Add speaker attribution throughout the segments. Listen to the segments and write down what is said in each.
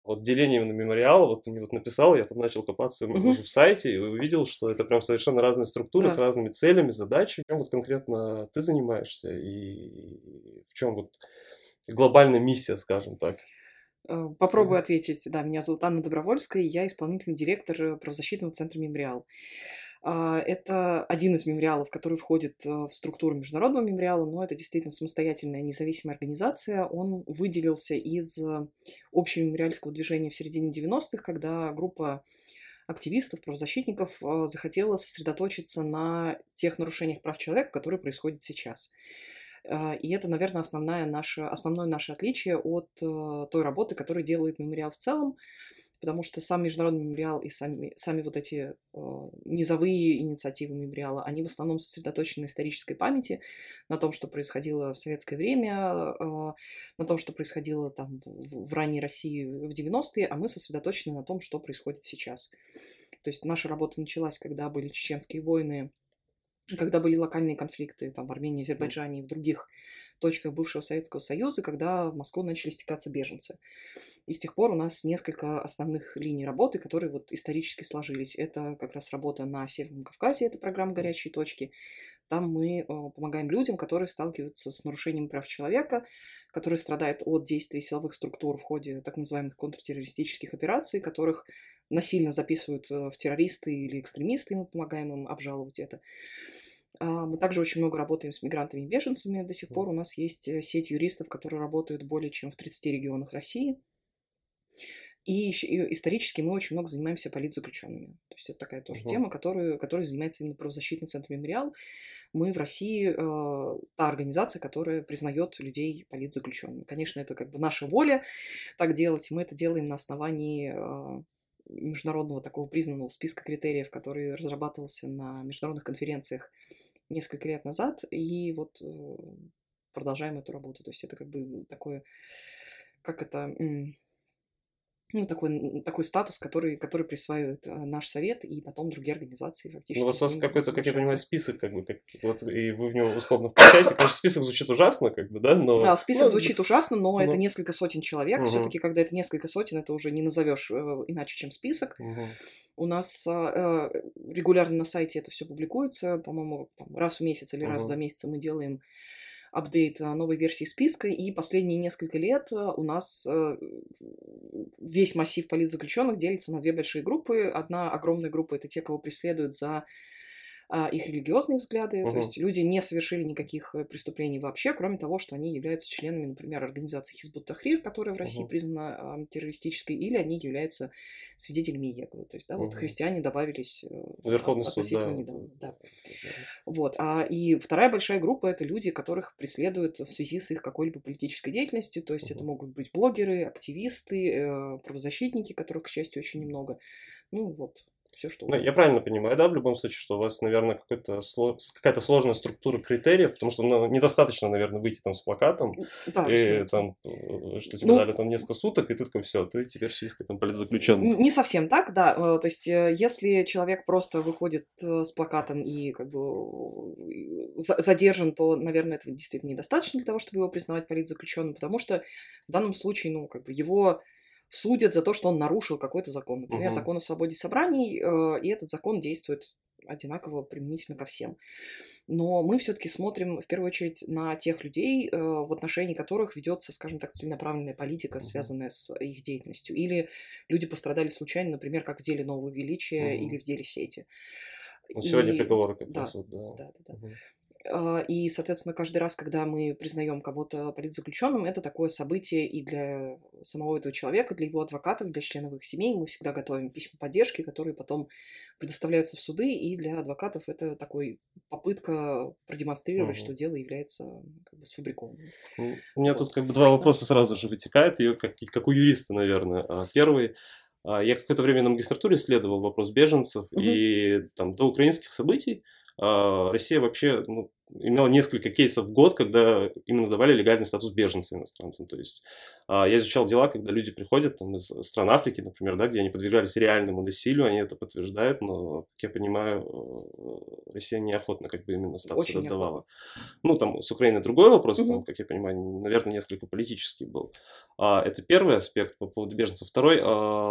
Speaker 1: вот деление на мемориал, вот ты мне вот написал, я там начал копаться уже в сайте и увидел, что это прям совершенно разные структуры с
Speaker 2: Да.
Speaker 1: разными целями, задачами. В чем вот конкретно ты занимаешься и в чем вот глобальная миссия, скажем так?
Speaker 2: Попробую ответить. Да, меня зовут Анна Добровольская, я исполнительный директор правозащитного центра «Мемориал». Это один из мемориалов, который входит в структуру международного мемориала, но это действительно самостоятельная независимая организация. Он выделился из общего мемориальского движения в середине 90-х, когда группа активистов, правозащитников захотела сосредоточиться на тех нарушениях прав человека, которые происходят сейчас. И это, наверное, основное наше отличие от той работы, которую делает мемориал в целом, потому что сам международный мемориал и сами вот эти низовые инициативы мемориала, они в основном сосредоточены на исторической памяти, на том, что происходило в советское время, на том, что происходило там в ранней России в 90-е, а мы сосредоточены на том, что происходит сейчас. То есть наша работа началась, когда были чеченские войны, когда были локальные конфликты там, в Армении, Азербайджане и в других точках бывшего Советского Союза, когда в Москву начали стекаться беженцы. И с тех пор у нас несколько основных линий работы, которые вот исторически сложились. Это как раз работа на Северном Кавказе, это программа «Горячие точки». Там мы помогаем людям, которые сталкиваются с нарушением прав человека, которые страдают от действий силовых структур в ходе так называемых контртеррористических операций, которых насильно записывают в террористы или экстремисты, и мы помогаем им обжаловать это. Мы также очень много работаем с мигрантами и беженцами. До сих пор у нас есть сеть юристов, которые работают более чем в 30 регионах России. И исторически мы очень много занимаемся политзаключенными. То есть это такая тоже тема, которой занимается именно правозащитный центр «Мемориал». Мы в России та организация, которая признает людей политзаключенными. Конечно, это как бы наша воля так делать. Мы это делаем на основании международного такого признанного списка критериев, который разрабатывался на международных конференциях несколько лет назад, и вот продолжаем эту работу. То есть это как бы такое, как это, ну, такой статус, который присваивает наш совет, и потом другие организации
Speaker 1: Ну,
Speaker 2: фактически
Speaker 1: вот у
Speaker 2: с
Speaker 1: вас
Speaker 2: ним
Speaker 1: какой-то, как я понимаю,
Speaker 2: соглашаются.
Speaker 1: список, как бы, вот, и вы в него условно включаете. Конечно, список звучит ужасно, как бы, да, но...
Speaker 2: Список звучит ужасно, но это
Speaker 1: Ну,
Speaker 2: несколько сотен человек.
Speaker 1: мгм,
Speaker 2: Все-таки, когда это несколько сотен, это уже не назовешь иначе, чем список.
Speaker 1: мгм,
Speaker 2: У нас регулярно на сайте это все публикуется. По-моему, там, раз в месяц или раз в 2
Speaker 1: мгм.
Speaker 2: месяца мы делаем апдейт новой версии списка. И последние несколько лет у нас весь массив политзаключенных делится на 2 большие группы. Одна огромная группа — это те, кого преследуют за их религиозные взгляды. То
Speaker 1: Мгм.
Speaker 2: есть люди не совершили никаких преступлений вообще, кроме того, что они являются членами, например, организации Хизбут Тахрир, которая в России
Speaker 1: Мгм.
Speaker 2: признана террористической, или они являются свидетелями Иеговы. То есть, да, вот
Speaker 1: Мгм.
Speaker 2: христиане добавились
Speaker 1: Верховный суд,
Speaker 2: относительно
Speaker 1: да.
Speaker 2: недавно. Да. Вот. И вторая большая группа — это люди, которых преследуют в связи с их какой-либо политической деятельностью. То есть это
Speaker 1: Мгм.
Speaker 2: могут быть блогеры, активисты, правозащитники, которых, к счастью, очень немного. Ну вот, все что
Speaker 1: Ну, я
Speaker 2: угодно.
Speaker 1: правильно понимаю, да, в любом случае, что у вас, наверное, какая-то сложная структура критериев, потому что ну, недостаточно, наверное, выйти там с плакатом,
Speaker 2: Да,
Speaker 1: и
Speaker 2: разумеется.
Speaker 1: там, что тебе
Speaker 2: Ну,
Speaker 1: дали там несколько суток, и ты такой, все, ты теперь в списке там политзаключенных.
Speaker 2: Не совсем так, да. То есть, если человек просто выходит с плакатом и как бы задержан, то, наверное, этого действительно недостаточно для того, чтобы его признавать политзаключенным, потому что в данном случае, ну, как бы его судят за то, что он нарушил какой-то закон. Например,
Speaker 1: Мгм.
Speaker 2: закон о свободе собраний, и этот закон действует одинаково применительно ко всем. Но мы все-таки смотрим в первую очередь на тех людей, в отношении которых ведется, скажем так, целенаправленная политика,
Speaker 1: Мгм.
Speaker 2: связанная с их деятельностью. Или люди пострадали случайно, например, как в деле Нового Величия или
Speaker 1: Мгм.
Speaker 2: в деле Сети.
Speaker 1: Вот сегодня
Speaker 2: И
Speaker 1: приговоры как раз
Speaker 2: да,
Speaker 1: вот, да.
Speaker 2: да, да, да.
Speaker 1: Мгм.
Speaker 2: И, соответственно, каждый раз, когда мы признаем кого-то политзаключенным, это такое событие и для самого этого человека, для его адвокатов, для членов их семей. Мы всегда готовим письма поддержки, которые потом предоставляются в суды, и для адвокатов это такой попытка продемонстрировать, что
Speaker 1: Мгм.
Speaker 2: дело является как бы сфабрикованным.
Speaker 1: У меня тут
Speaker 2: Вот.
Speaker 1: как бы два
Speaker 2: Да.
Speaker 1: вопроса сразу же вытекают, и как у юриста, наверное. Первый, я какое-то время на магистратуре исследовал вопрос беженцев,
Speaker 2: Мгм.
Speaker 1: и там до украинских событий Россия вообще имела несколько кейсов в год, когда именно давали легальный статус беженца иностранцам. То есть я изучал дела, когда люди приходят там, из стран Африки, например, да, где они подвергались реальному насилию, они это подтверждают, но, как я понимаю, Россия неохотно как бы именно статус
Speaker 2: Очень
Speaker 1: этот давала.
Speaker 2: неохотно.
Speaker 1: Ну, там с Украиной другой вопрос, там,
Speaker 2: Мгм.
Speaker 1: как я понимаю, наверное, несколько политический был. Это первый аспект по поводу беженцев. Второй,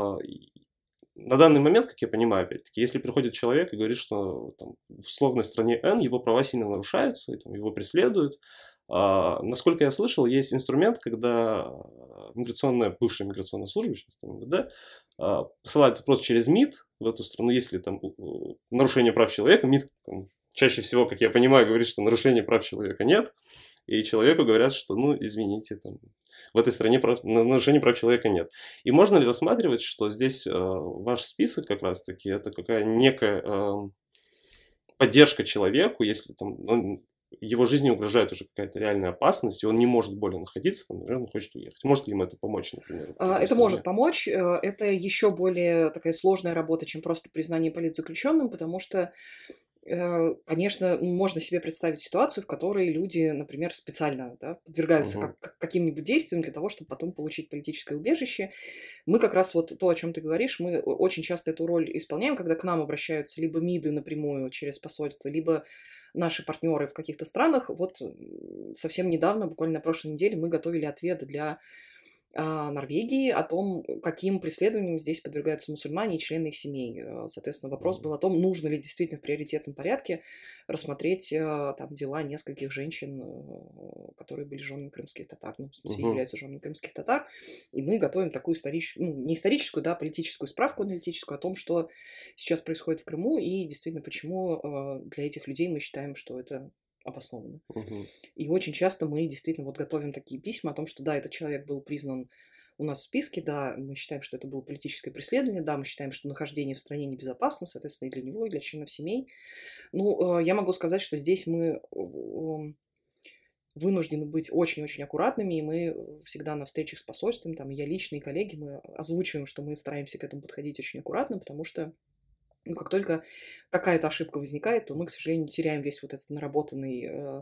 Speaker 1: на данный момент, как я понимаю, опять-таки, если приходит человек и говорит, что там, в условной стране N его права сильно нарушаются, и, там, его преследуют, насколько я слышал, есть инструмент, когда бывшая миграционная служба, сейчас там МВД, посылает запрос через МИД в эту страну, если там нарушение прав человека, МИД там, чаще всего, как я понимаю, говорит, что нарушения прав человека нет, и человеку говорят, что, извините, там, в этой стране нарушений прав человека нет. И можно ли рассматривать, что здесь ваш список как раз-таки это какая некая поддержка человеку, если там его жизни угрожает уже какая-то реальная опасность, и он не может более находиться, там, наверное, он хочет уехать. Может ли ему это помочь, например?
Speaker 2: Это может помочь. Это еще более такая сложная работа, чем просто признание политзаключенным, потому что конечно, можно себе представить ситуацию, в которой люди, например, специально подвергаются каким-нибудь действиям для того, чтобы потом получить политическое убежище. Мы как раз вот то, о чем ты говоришь, мы очень часто эту роль исполняем, когда к нам обращаются либо МИДы напрямую через посольство, либо наши партнеры в каких-то странах. Вот совсем недавно, буквально на прошлой неделе, мы готовили ответ для Норвегии о том, каким преследованиям здесь подвергаются мусульмане и члены их семей. Соответственно, вопрос был о том, нужно ли действительно в приоритетном порядке рассмотреть там дела нескольких женщин, которые были женами крымских татар, в смысле, являются женами крымских татар. И мы готовим такую историческую, не историческую, политическую справку аналитическую о том, что сейчас происходит в Крыму и действительно почему для этих людей мы считаем, что это обоснованно. И очень часто мы действительно вот готовим такие письма о том, что да, этот человек был признан у нас в списке, да, мы считаем, что это было политическое преследование, да, мы считаем, что нахождение в стране небезопасно, соответственно, и для него, и для членов семей. Я могу сказать, что здесь мы вынуждены быть очень-очень аккуратными, и мы всегда на встречах с посольством, там, я лично, и коллеги, мы озвучиваем, что мы стараемся к этому подходить очень аккуратно, потому что как только какая-то ошибка возникает, то мы, к сожалению, теряем весь вот этот наработанный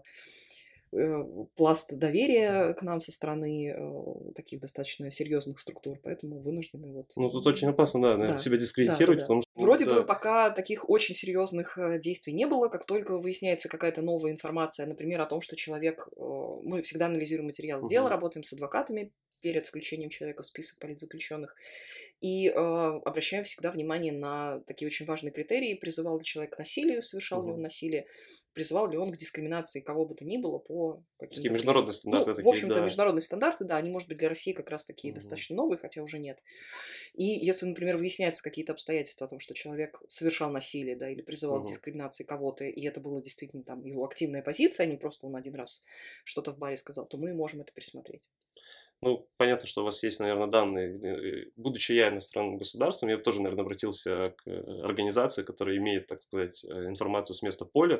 Speaker 2: пласт доверия к нам со стороны таких достаточно серьезных структур, поэтому вынуждены вот...
Speaker 1: тут очень опасно, наверное, себя дискредитировать, потому что...
Speaker 2: Вроде бы пока таких очень серьезных действий не было, как только выясняется какая-то новая информация, например, о том, что человек... Мы всегда анализируем материалы дела, работаем с адвокатами перед включением человека в список политзаключенных. И обращаем всегда внимание на такие очень важные критерии. Призывал ли человек к насилию, совершал ли он насилие, призывал ли он к дискриминации кого бы то ни было по каким-то...
Speaker 1: Такие международные стандарты.
Speaker 2: В общем-то, международные стандарты, да, они, может быть, для России как раз такие достаточно новые, хотя уже нет. И если, например, выясняются какие-то обстоятельства о том, что человек совершал насилие, да, или призывал к дискриминации кого-то, и это была действительно там его активная позиция, а не просто он один раз что-то в баре сказал, то мы можем это пересмотреть.
Speaker 1: Понятно, что у вас есть, наверное, данные. Будучи я иностранным государством, я бы тоже, наверное, обратился к организации, которая имеет, так сказать, информацию с места поля.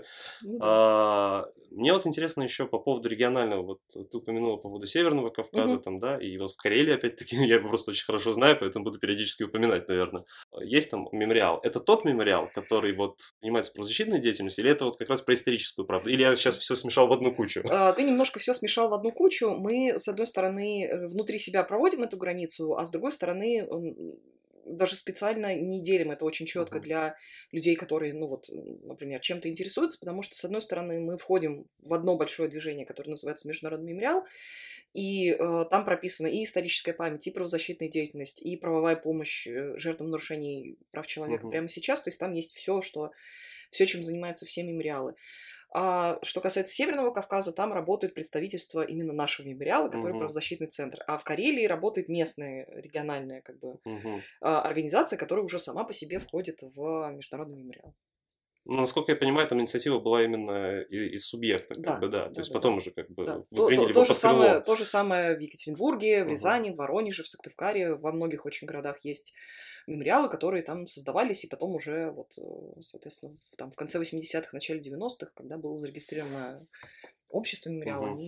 Speaker 1: Мне вот интересно еще по поводу регионального. Вот ты упомянула по поводу Северного Кавказа, там, да, и вот в Карелии, опять-таки, я его просто очень хорошо знаю, поэтому буду периодически упоминать, наверное. Есть там мемориал. Это тот мемориал, который вот занимается правозащитной деятельностью, или это вот как раз про историческую правду? Или я сейчас все смешал в одну кучу?
Speaker 2: Ты немножко все смешал в одну кучу. Мы, с одной стороны, внутри себя проводим эту границу, а с другой стороны, даже специально не делим это очень четко для людей, которые, например, чем-то интересуются, потому что, с одной стороны, мы входим в одно большое движение, которое называется Международный мемориал, и там прописана и историческая память, и правозащитная деятельность, и правовая помощь жертвам нарушений прав человека прямо сейчас. То есть там есть все, чем занимаются все мемориалы. А что касается Северного Кавказа, там работает представительство именно нашего мемориала, который правозащитный центр. А в Карелии работает местная региональная организация, которая уже сама по себе входит в Международный мемориал.
Speaker 1: Насколько я понимаю, там инициатива была именно из субъекта, то есть потом уже
Speaker 2: вы приняли его под крыло. То же самое в Екатеринбурге, в Рязани, в Воронеже, в Сыктывкаре, во многих очень городах есть мемориалы, которые там создавались, и потом уже, соответственно, в конце 80-х, начале 90-х, когда было зарегистрировано общество мемориала, они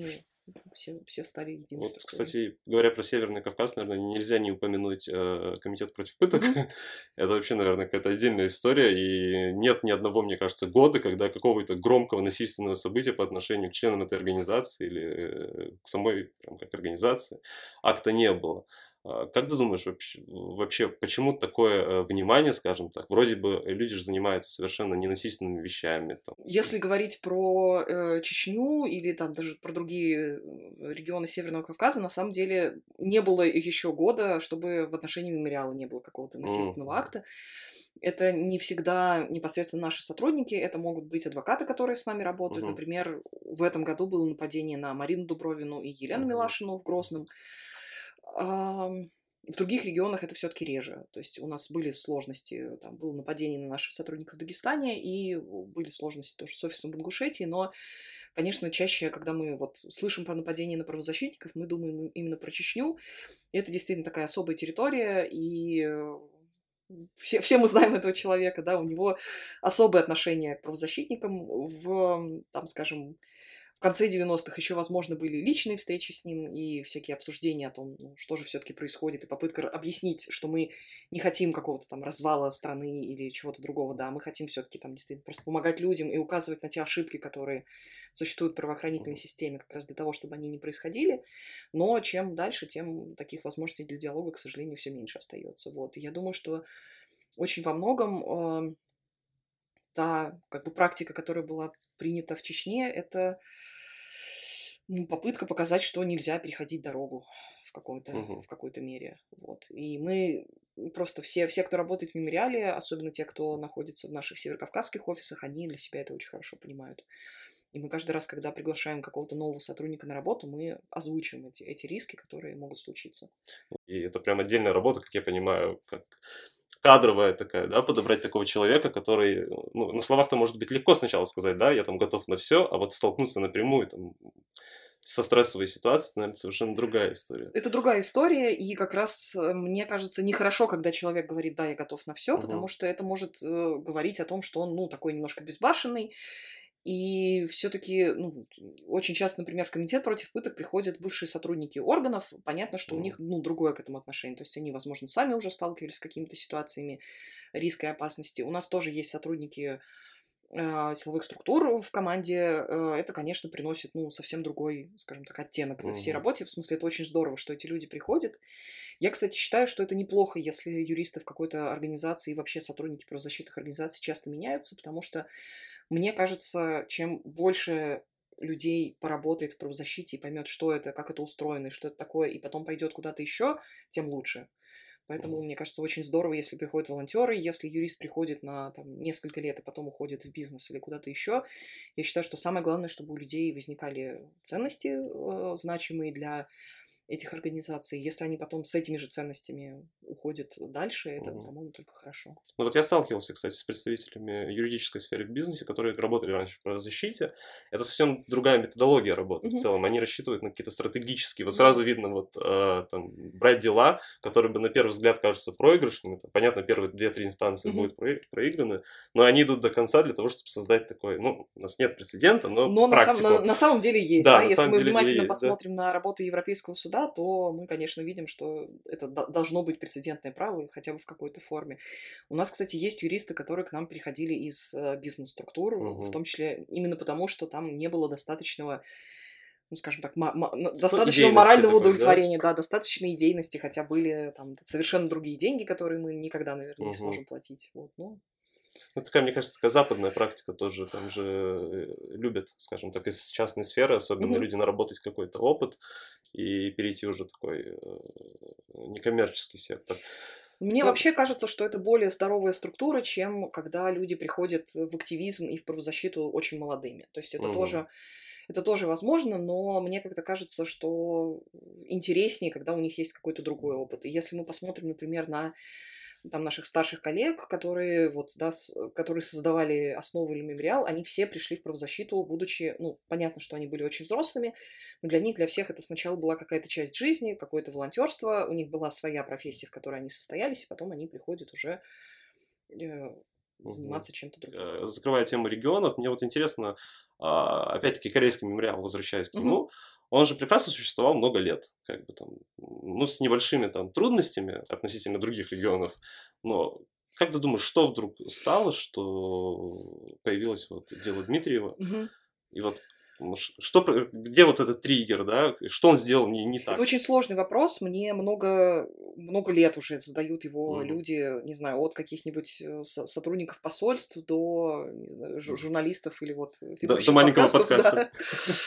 Speaker 2: все стали единой
Speaker 1: Вот,
Speaker 2: структурой.
Speaker 1: кстати, говоря про Северный Кавказ, наверное, нельзя не упомянуть комитет против пыток. Это вообще, наверное, какая-то отдельная история. И нет ни одного, мне кажется, года, когда какого-то громкого насильственного события по отношению к членам этой организации или к самой, прям как организации, акта не было. Как ты думаешь, вообще, почему такое внимание, скажем так? Вроде бы люди же занимаются совершенно ненасильственными вещами. Там.
Speaker 2: Если говорить про Чечню или там даже про другие регионы Северного Кавказа, на самом деле не было еще года, чтобы в отношении мемориала не было какого-то насильственного акта. Это не всегда непосредственно наши сотрудники, это могут быть адвокаты, которые с нами работают. Например, в этом году было нападение на Марину Дубровину и Елену Милашину в Грозном. В других регионах это все-таки реже. То есть у нас были сложности, там было нападение на наших сотрудников в Дагестане, и были сложности тоже с офисом в Ингушетии, но, конечно, чаще, когда мы вот слышим про нападение на правозащитников, мы думаем именно про Чечню. Это действительно такая особая территория, и все мы знаем этого человека, да, у него особое отношение к правозащитникам там, скажем, в конце 90-х еще, возможно, были личные встречи с ним и всякие обсуждения о том, ну, что же все-таки происходит, и попытка объяснить, что мы не хотим какого-то там развала страны или чего-то другого, да, мы хотим все-таки там действительно просто помогать людям и указывать на те ошибки, которые существуют в правоохранительной системе, как раз для того, чтобы они не происходили. Но чем дальше, тем таких возможностей для диалога, к сожалению, все меньше остается. Вот. И я думаю, что очень во многом та как бы практика, которая была принята в Чечне, это попытка показать, что нельзя переходить дорогу в какой-то мере. Вот. И мы просто все, кто работает в мемориале, особенно те, кто находится в наших северокавказских офисах, они для себя это очень хорошо понимают. И мы каждый раз, когда приглашаем какого-то нового сотрудника на работу, мы озвучиваем эти риски, которые могут случиться.
Speaker 1: И это прям отдельная работа, как я понимаю, как кадровая такая, да, подобрать такого человека, который, ну, на словах-то может быть легко сначала сказать, да, я там готов на все, а вот столкнуться напрямую там со стрессовой ситуацией, наверное, совершенно другая история.
Speaker 2: Это другая история, и как раз, мне кажется, нехорошо, когда человек говорит, да, я готов на все, потому что это может говорить о том, что он, ну, такой немножко безбашенный, и все-таки, ну, очень часто, например, в комитет против пыток приходят бывшие сотрудники органов. Понятно, что у них, ну, другое к этому отношение. То есть они, возможно, сами уже сталкивались с какими-то ситуациями риска и опасности. У нас тоже есть сотрудники силовых структур в команде. Это, конечно, приносит, ну, совсем другой, скажем так, оттенок всей работе. В смысле, это очень здорово, что эти люди приходят. Я, кстати, считаю, что это неплохо, если юристы в какой-то организации и вообще сотрудники правозащитных организаций часто меняются, потому что мне кажется, чем больше людей поработает в правозащите и поймет, что это, как это устроено и что это такое, и потом пойдет куда-то еще, тем лучше. Поэтому, мне кажется, очень здорово, если приходят волонтеры, если юрист приходит на там, несколько лет и потом уходит в бизнес или куда-то еще. Я считаю, что самое главное, чтобы у людей возникали ценности, значимые для этих организаций. Если они потом с этими же ценностями уходят дальше, это, по-моему, только хорошо.
Speaker 1: Ну вот я сталкивался, кстати, с представителями юридической сферы в бизнесе, которые работали раньше в правозащите. Это совсем другая методология работы в целом. Они рассчитывают на какие-то стратегические. Вот сразу видно, вот там, брать дела, которые бы на первый взгляд кажутся проигрышными. Понятно, первые 2-3 инстанции будут проиграны, но они идут до конца для того, чтобы создать такой, ну, у нас нет прецедента, но практику.
Speaker 2: На самом деле есть,
Speaker 1: да?
Speaker 2: Если мы внимательно
Speaker 1: есть,
Speaker 2: посмотрим на работу Европейского суда, то мы, конечно, видим, что это должно быть прецедентное право, хотя бы в какой-то форме. У нас, кстати, есть юристы, которые к нам приходили из бизнес-структур, в том числе именно потому, что там не было достаточного, ну, скажем так, достаточного морального удовлетворения, да, достаточной идейности, хотя были там совершенно другие деньги, которые мы никогда, наверное, не сможем платить. Вот, ну,
Speaker 1: такая, мне кажется, такая западная практика тоже. Там же любят, скажем так, из частной сферы, особенно люди наработать какой-то опыт и перейти уже такой некоммерческий сектор.
Speaker 2: Мне вообще кажется, что это более здоровая структура, чем когда люди приходят в активизм и в правозащиту очень молодыми. То есть это тоже возможно, но мне как-то кажется, что интереснее, когда у них есть какой-то другой опыт. И если мы посмотрим, например, на там, наших старших коллег, которые, вот, да, которые создавали основу или мемориал, они все пришли в правозащиту, будучи, ну, понятно, что они были очень взрослыми, но для них, для всех это сначала была какая-то часть жизни, какое-то волонтерство, у них была своя профессия, в которой они состоялись, и потом они приходят уже заниматься чем-то другим.
Speaker 1: Закрывая тему регионов, мне вот интересно, опять-таки, корейский мемориал, возвращаясь к нему, он же прекрасно существовал много лет, как бы там, ну, с небольшими там трудностями относительно других регионов, но как ты думаешь, что вдруг стало, что появилось вот дело Дмитриева,
Speaker 2: Мгм.
Speaker 1: и вот где вот этот триггер, да, что он сделал не
Speaker 2: Это
Speaker 1: так?
Speaker 2: очень сложный вопрос. Мне много лет уже задают его
Speaker 1: Мгм,
Speaker 2: люди, не знаю, от каких-нибудь сотрудников посольств до не знаю,
Speaker 1: мгм.
Speaker 2: журналистов или вот
Speaker 1: До
Speaker 2: ведущих
Speaker 1: маленького
Speaker 2: подкастов,
Speaker 1: подкаста.
Speaker 2: да.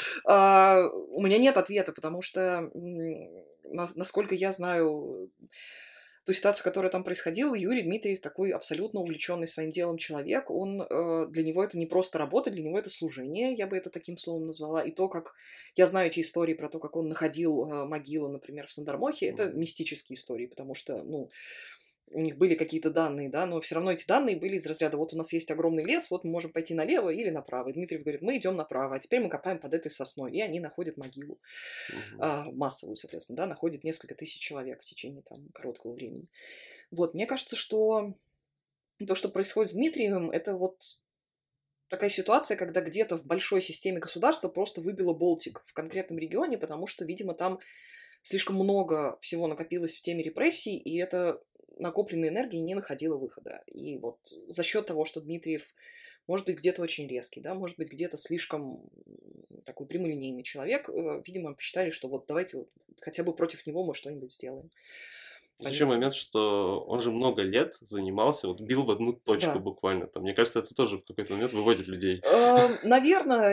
Speaker 2: У меня нет ответа, потому что, насколько я знаю ту ситуацию, которая там происходила, Юрий Дмитриев такой абсолютно увлеченный своим делом человек. Для него это не просто работа, для него это служение, я бы это таким словом назвала. И то, как я знаю эти истории про то, как он находил могилы, например, в Сандармохе, это
Speaker 1: Мгм,
Speaker 2: мистические истории, потому что, ну, у них были какие-то данные, да, но все равно эти данные были из разряда: вот у нас есть огромный лес, вот мы можем пойти налево или направо. И Дмитриев говорит: мы идем направо, а теперь мы копаем под этой сосной. И они находят могилу,
Speaker 1: мгм,
Speaker 2: массовую, соответственно, да, находят несколько тысяч человек в течение там короткого времени. Вот, мне кажется, что то, что происходит с Дмитриевым, это вот такая ситуация, когда где-то в большой системе государства просто выбило болтик в конкретном регионе, потому что, видимо, там слишком много всего накопилось в теме репрессий, и эта накопленная энергия не находила выхода. И вот за счет того, что Дмитриев может быть где-то очень резкий, да, может быть где-то слишком такой прямолинейный человек, видимо, посчитали, что вот давайте вот хотя бы против него мы что-нибудь сделаем.
Speaker 1: Тут еще
Speaker 2: Поэтому,
Speaker 1: момент, что он же много лет занимался, вот бил в одну точку
Speaker 2: да.
Speaker 1: буквально там. Мне кажется, это тоже в какой-то момент выводит людей.
Speaker 2: Наверно,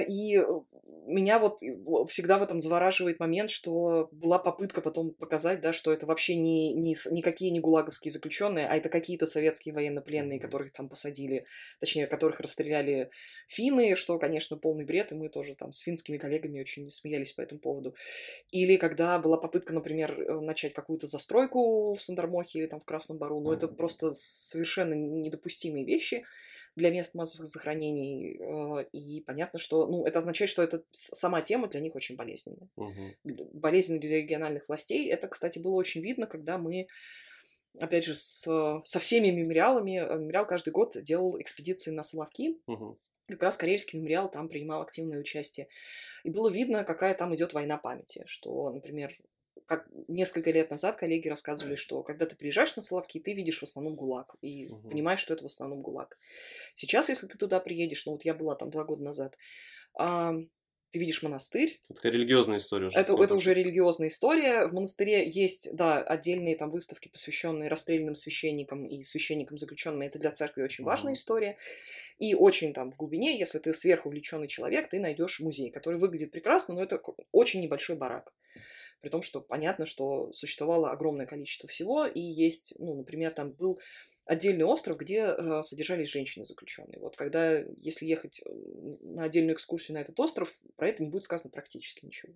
Speaker 2: меня вот всегда в этом завораживает момент, что была попытка потом показать, да, что это вообще никакие не гулаговские заключенные, а это какие-то советские военнопленные,
Speaker 1: Мгм.
Speaker 2: которых там посадили, точнее, которых расстреляли финны, что, конечно, полный бред, и мы тоже там с финскими коллегами очень смеялись по этому поводу. Или когда была попытка, например, начать какую-то застройку в Сандармохе или там в Красном Бару, но это просто совершенно недопустимые вещи для мест массовых захоронений. И понятно, что, ну, это означает, что сама тема для них очень болезненная.
Speaker 1: Мгм.
Speaker 2: Болезненная для региональных властей. Это, кстати, было очень видно, когда мы, опять же, со всеми мемориалами, мемориал каждый год делал экспедиции на Соловки.
Speaker 1: Мгм.
Speaker 2: Как раз Карельский мемориал там принимал активное участие. И было видно, какая там идет война памяти, что, например, как несколько лет назад коллеги рассказывали, что когда ты приезжаешь на Соловки, ты видишь в основном ГУЛАГ и
Speaker 1: Мгм.
Speaker 2: понимаешь, что это в основном ГУЛАГ. Сейчас, если ты туда приедешь, ну вот я была там 2 года назад, а, ты видишь монастырь.
Speaker 1: Это такая религиозная история уже
Speaker 2: Это уже
Speaker 1: звучит.
Speaker 2: религиозная история. В монастыре есть, да, отдельные там выставки, посвященные расстрелянным священникам и священникам-заключенным. Это для церкви очень важная
Speaker 1: Мгм.
Speaker 2: история. И очень там в глубине, если ты сверхувлеченный человек, ты найдешь музей, который выглядит прекрасно, но это очень небольшой барак. При том, что понятно, что существовало огромное количество всего, и есть, ну, например, там был отдельный остров, где содержались женщины заключенные. Вот когда, если ехать на отдельную экскурсию на этот остров, про это не будет сказано практически ничего.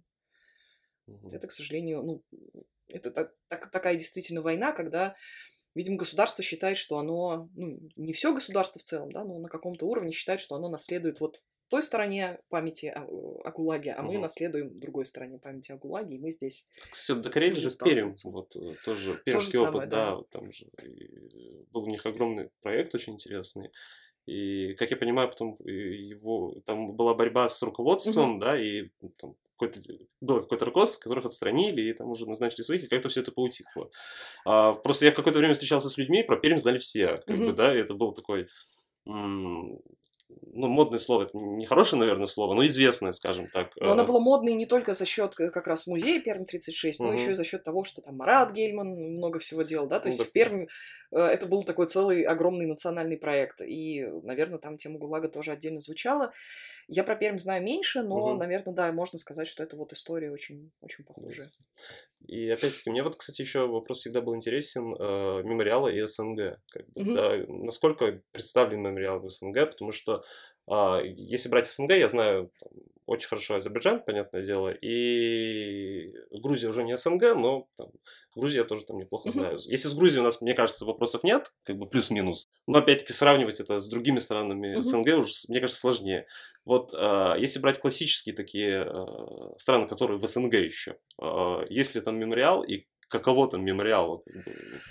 Speaker 2: Вот
Speaker 1: Мгм.
Speaker 2: это, к сожалению, ну, это такая действительно война, когда, видимо, государство считает, что оно, ну, не все государство в целом, да, но на каком-то уровне считает, что оно наследует вот той стороне памяти о ГУЛАГе, а мы
Speaker 1: Мгм.
Speaker 2: наследуем другой стороне памяти о ГУЛАГе, и мы здесь
Speaker 1: Кстати, вот до Карелии же
Speaker 2: будем
Speaker 1: Пермь,
Speaker 2: сталкиваться.
Speaker 1: вот тоже
Speaker 2: То же
Speaker 1: пермский
Speaker 2: самое,
Speaker 1: опыт,
Speaker 2: да.
Speaker 1: да, вот там же был у них огромный проект очень интересный. И, как я понимаю, потом его там была борьба с
Speaker 2: Мгм.
Speaker 1: руководством, да, и там было какое-то руководство, которых отстранили, и там уже назначили своих, и как-то все это поутихло. Просто я какое-то время встречался с людьми, про Пермь знали все, как бы,
Speaker 2: Мгм.
Speaker 1: да, и это был такой, м, ну, модное слово, это нехорошее, наверное, слово, но известное, скажем так.
Speaker 2: Но она была модной не только за счет как раз музея Пермь-36, но еще и
Speaker 1: Мгм.
Speaker 2: за счет того, что там Марат Гельман много всего делал, да, то
Speaker 1: Ну,
Speaker 2: есть
Speaker 1: так,
Speaker 2: в Пермь это был такой целый огромный национальный проект, и, наверное, там тема ГУЛАГа тоже отдельно звучала. Я про Пермь знаю меньше, но,
Speaker 1: мгм.
Speaker 2: наверное, да, можно сказать, что это вот история очень, очень похожая.
Speaker 1: И опять-таки, мне вот, кстати, еще вопрос всегда был интересен, мемориала и СНГ. Как бы,
Speaker 2: Мгм.
Speaker 1: да, насколько представлен мемориал в СНГ, потому что если брать СНГ, я знаю там, очень хорошо Азербайджан, понятное дело, и Грузия уже не СНГ, но там, Грузию я тоже там неплохо
Speaker 2: Мгм.
Speaker 1: знаю. Если с Грузией у нас, мне кажется, вопросов нет, как бы плюс-минус, но опять-таки сравнивать это с другими странами
Speaker 2: Мгм.
Speaker 1: СНГ уже, мне кажется, сложнее. Вот если брать классические такие страны, которые в СНГ еще, есть ли там мемориал и каково там мемориал? Как бы,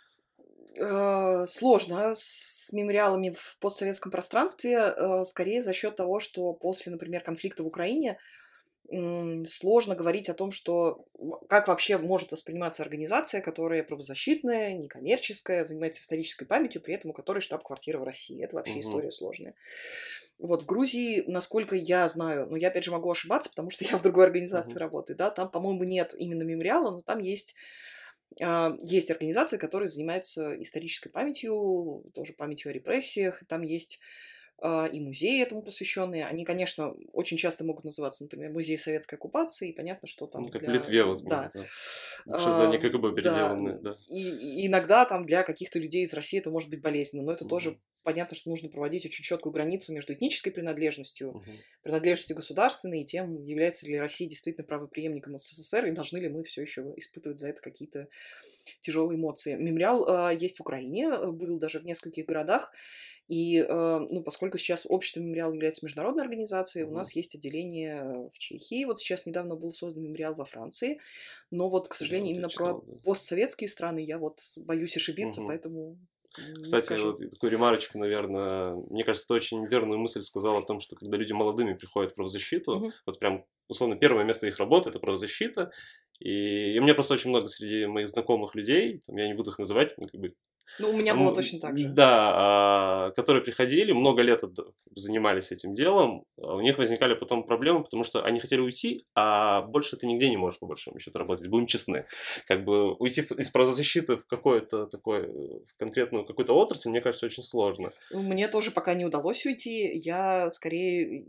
Speaker 2: Сложно с мемориалами в постсоветском пространстве, скорее за счет того, что после, например, конфликта в Украине сложно говорить о том, что как вообще может восприниматься организация, которая правозащитная, некоммерческая, занимается исторической памятью, при этом у которой штаб-квартира в России. Это вообще
Speaker 1: Мгм.
Speaker 2: история сложная. Вот в Грузии, насколько я знаю, но я опять же могу ошибаться, потому что я в другой организации
Speaker 1: Мгм.
Speaker 2: работаю, да, там, по-моему, нет именно мемориала, но там есть организации, которые занимаются исторической памятью, тоже памятью о репрессиях, и там есть и музеи этому посвященные. Они, конечно, очень часто могут называться, например, музей советской оккупации, и понятно, что
Speaker 1: Ну,
Speaker 2: там
Speaker 1: как в
Speaker 2: для...
Speaker 1: Литве, вот,
Speaker 2: Да,
Speaker 1: да. Бывшее здание КГБ
Speaker 2: да,
Speaker 1: переделанное, да.
Speaker 2: и иногда там для каких-то людей из России это может быть болезненно, но это тоже
Speaker 1: Мгм.
Speaker 2: понятно, что нужно проводить очень четкую границу между этнической принадлежностью,
Speaker 1: Мгм.
Speaker 2: принадлежностью государственной и тем, является ли Россия действительно правопреемником СССР, и должны ли мы все еще испытывать за это какие-то тяжелые эмоции. Мемориал есть в Украине, был даже в нескольких городах, и, ну, поскольку сейчас общество «Мемориал» является международной организацией, у
Speaker 1: Мгм.
Speaker 2: нас есть отделение в Чехии. Вот сейчас недавно был создан «Мемориал» во Франции. Но вот, к
Speaker 1: Да,
Speaker 2: сожалению,
Speaker 1: вот я
Speaker 2: именно про
Speaker 1: читал, да.
Speaker 2: постсоветские страны я вот боюсь ошибиться,
Speaker 1: Мгм.
Speaker 2: поэтому не
Speaker 1: Кстати,
Speaker 2: скажу.
Speaker 1: вот и такую ремарочку, наверное, мне кажется, ты очень верную мысль сказал о том, что когда люди молодыми приходят в правозащиту,
Speaker 2: Мгм.
Speaker 1: вот прям, условно, первое место их работы – это правозащита, и у меня просто очень много среди моих знакомых людей, там, я не буду их называть, ну, как бы,
Speaker 2: Ну, у меня было точно так же.
Speaker 1: да, которые приходили, много лет занимались этим делом, у них возникали потом проблемы, потому что они хотели уйти, а больше ты нигде не можешь, по большому счету, работать, будем честны. Как бы уйти из правозащиты в какое-то такое, в конкретную какую-то отрасль, мне кажется, очень сложно.
Speaker 2: Ну, мне тоже пока не удалось уйти. Я скорее...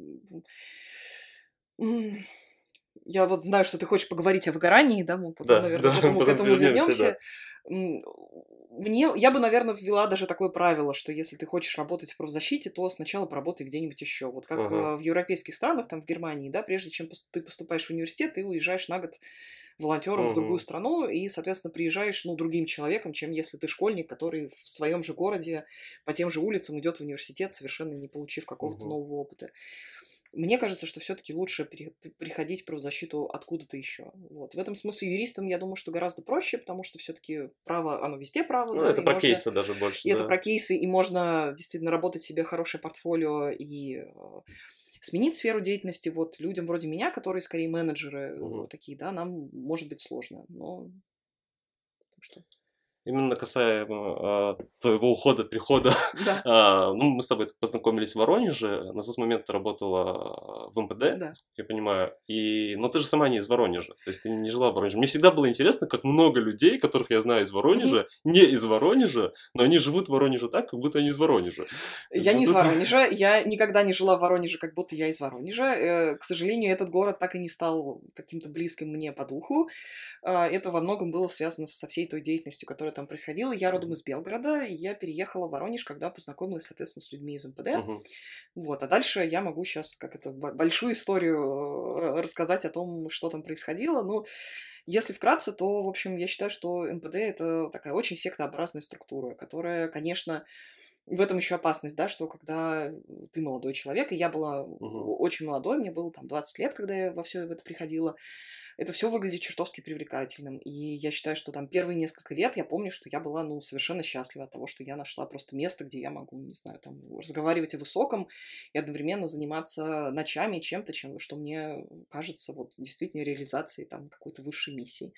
Speaker 2: м, Я вот знаю, что ты хочешь поговорить о выгорании, да, мы потом,
Speaker 1: Да,
Speaker 2: наверное,
Speaker 1: да,
Speaker 2: к
Speaker 1: потом
Speaker 2: этому
Speaker 1: вернемся, да.
Speaker 2: вернемся. М, я бы, наверное, ввела даже такое правило, что если ты хочешь работать в правозащите, то сначала поработай где-нибудь еще. Вот как
Speaker 1: Ага.
Speaker 2: в европейских странах, там в Германии, да, прежде чем ты поступаешь в университет, ты уезжаешь на год волонтером в другую
Speaker 1: Мгм.
Speaker 2: страну и, соответственно, приезжаешь, ну, другим человеком, чем если ты школьник, который в своем же городе по тем же улицам идет в университет, совершенно не получив какого-то
Speaker 1: Мгм.
Speaker 2: нового опыта. Мне кажется, что все-таки лучше приходить в правозащиту откуда-то еще. Вот. В этом смысле юристам, я думаю, что гораздо проще, потому что все-таки право, оно везде право,
Speaker 1: Ну,
Speaker 2: да,
Speaker 1: это
Speaker 2: и
Speaker 1: про
Speaker 2: можно,
Speaker 1: кейсы даже больше,
Speaker 2: и это
Speaker 1: да.
Speaker 2: про кейсы, и можно действительно работать себе хорошее портфолио и сменить сферу деятельности. Вот людям вроде меня, которые скорее менеджеры
Speaker 1: Мгм.
Speaker 2: такие, да, нам может быть сложно, но так что,
Speaker 1: Именно касаемо, твоего ухода, прихода,
Speaker 2: да,
Speaker 1: ну, мы с тобой познакомились в Воронеже. На тот момент ты работала в МПД,
Speaker 2: да.
Speaker 1: насколько я понимаю. Но ты же сама не из Воронежа, то есть ты не жила в Воронеже. Мне всегда было интересно, как много людей, которых я знаю из
Speaker 2: Мгм.
Speaker 1: Воронежа, не из Воронежа, но они живут в Воронеже так, как будто они из Воронежа.
Speaker 2: Я не
Speaker 1: Вот
Speaker 2: из
Speaker 1: это
Speaker 2: Воронежа, я никогда не жила в Воронеже, как будто я из Воронежа. К сожалению, этот город так и не стал каким-то близким мне по духу. Это во многом было связано со всей той деятельностью, которая там происходила. Я родом
Speaker 1: Мгм.
Speaker 2: из Белгорода, и я переехала в Воронеж, когда познакомилась, соответственно, с людьми из МПД.
Speaker 1: Мгм.
Speaker 2: Вот, а дальше я могу сейчас, как это, большую историю рассказать о том, что там происходило. Ну, если вкратце, то, в общем, я считаю, что МПД — это такая очень сектообразная структура, которая, конечно, в этом еще опасность, да, что когда ты молодой человек, и я была
Speaker 1: Мгм.
Speaker 2: очень молодой, мне было там 20 лет, когда я во все это приходила, это все выглядит чертовски привлекательным. И я считаю, что там первые несколько лет я помню, что я была, ну, совершенно счастлива от того, что я нашла просто место, где я могу, не знаю, там, разговаривать о высоком и одновременно заниматься ночами чем-то, что мне кажется вот действительно реализацией там какой-то высшей миссии.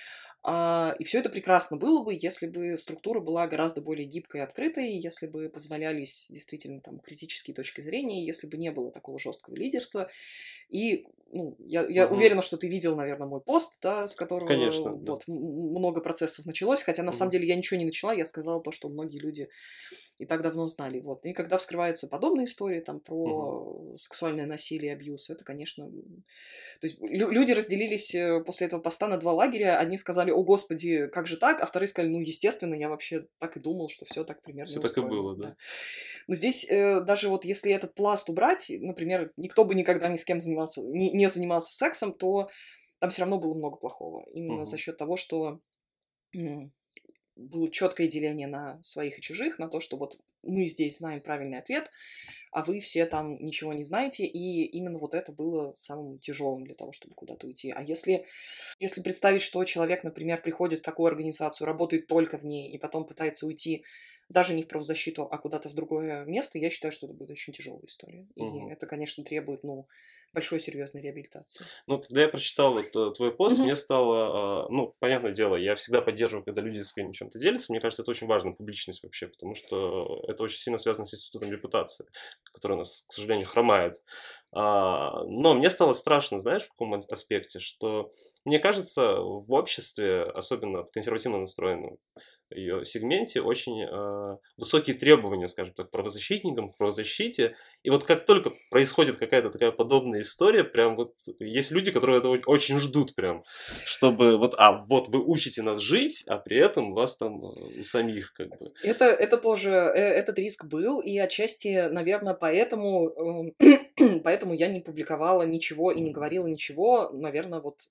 Speaker 2: И все это прекрасно было бы, если бы структура была гораздо более гибкой и открытой, если бы позволялись действительно там критические точки зрения, если бы не было такого жесткого лидерства. И, ну, я
Speaker 1: Мгм.
Speaker 2: уверена, что ты видел, наверное, мой пост, да, с
Speaker 1: Конечно,
Speaker 2: которого
Speaker 1: да.
Speaker 2: вот много процессов началось, хотя на самом
Speaker 1: Мгм.
Speaker 2: деле я ничего не начала, я сказала то, что многие люди и так давно знали. Вот. И когда вскрываются подобные истории там
Speaker 1: Мгм.
Speaker 2: про сексуальное насилие, абьюз, это, конечно, то есть люди разделились после этого поста на два лагеря. Одни сказали: "О, Господи, как же так?" А вторые сказали: "Ну, естественно, я вообще так и думал, что все так примерно
Speaker 1: Все
Speaker 2: и
Speaker 1: так и
Speaker 2: устроено".
Speaker 1: было, да.
Speaker 2: Да. Но здесь даже вот если этот пласт убрать, например, никто бы никогда ни с кем не занимался сексом, то там все равно было много плохого. Именно за
Speaker 1: Мгм.
Speaker 2: счет того, что м, было четкое деление на своих и чужих, на то, что вот мы здесь знаем правильный ответ, а вы все там ничего не знаете, и именно вот это было самым тяжелым для того, чтобы куда-то уйти. А если представить, что человек, например, приходит в такую организацию, работает только в ней, и потом пытается уйти даже не в правозащиту, а куда-то в другое место, я считаю, что это будет очень тяжелая история. И
Speaker 1: Мгм.
Speaker 2: это, конечно, требует, ну, большой серьезной реабилитации.
Speaker 1: Ну, когда я прочитал вот твой пост,
Speaker 2: Мгм.
Speaker 1: мне стало, ну, понятное дело, я всегда поддерживаю, когда люди искренне чем-то делятся. Мне кажется, это очень важно, публичность вообще, потому что это очень сильно связано с институтом репутации, который у нас, к сожалению, хромает. Но мне стало страшно, знаешь, в каком аспекте, что мне кажется, в обществе, особенно в консервативно настроенном ее сегменте, очень высокие требования, скажем так, к правозащитникам, к правозащите. И вот как только происходит какая-то такая подобная история, прям вот есть люди, которые это очень ждут прям, чтобы вот, вот вы учите нас жить, а при этом у вас там у самих как бы.
Speaker 2: Это тоже, этот риск был, и отчасти, наверное, поэтому, поэтому я не публиковала ничего и не говорила ничего, наверное, вот,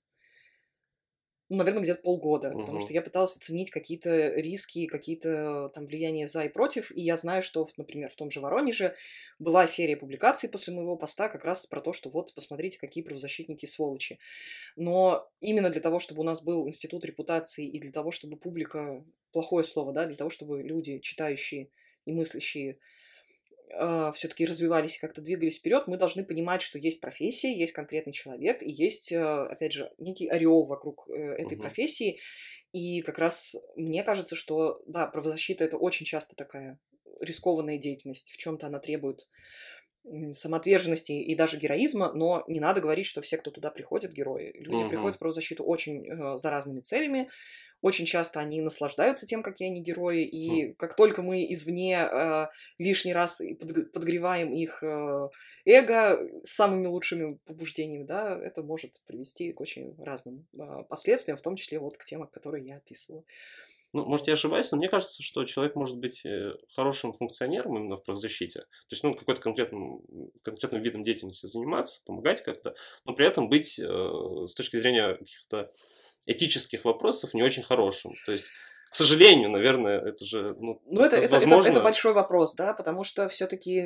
Speaker 2: ну, наверное, где-то полгода, потому что
Speaker 1: Мгм.
Speaker 2: я пыталась оценить какие-то риски, какие-то там влияния за и против, и я знаю, что, например, в том же Воронеже была серия публикаций после моего поста как раз про то, что вот, посмотрите, какие правозащитники сволочи. Но именно для того, чтобы у нас был институт репутации и для того, чтобы публика, плохое слово, да, для того, чтобы люди, читающие и мыслящие, все-таки развивались и как-то двигались вперед, мы должны понимать, что есть профессия, есть конкретный человек, и есть, опять же, некий ореол вокруг этой
Speaker 1: Мгм.
Speaker 2: профессии. И как раз мне кажется, что, да, правозащита это очень часто такая рискованная деятельность, в чем-то она требует самоотверженности и даже героизма, но не надо говорить, что все, кто туда приходят, герои. Люди приходят
Speaker 1: Мгм.
Speaker 2: в правозащиту очень за разными целями. Очень часто они наслаждаются тем, какие они герои,
Speaker 1: Хм.
Speaker 2: и как только мы извне лишний раз подогреваем их эго с самыми лучшими побуждениями, да, это может привести к очень разным последствиям, в том числе вот к темам, которые я описывала.
Speaker 1: Ну, может,
Speaker 2: Вот.
Speaker 1: я ошибаюсь, но мне кажется, что человек может быть хорошим функционером именно в правозащите. То есть, ну, какой-то конкретным видом деятельности заниматься, помогать как-то, но при этом быть с точки зрения каких-то этических вопросов не очень хорошим. То есть, к сожалению, наверное, это же, ну,
Speaker 2: Ну, это
Speaker 1: возможно.
Speaker 2: большой вопрос, да, потому что все-таки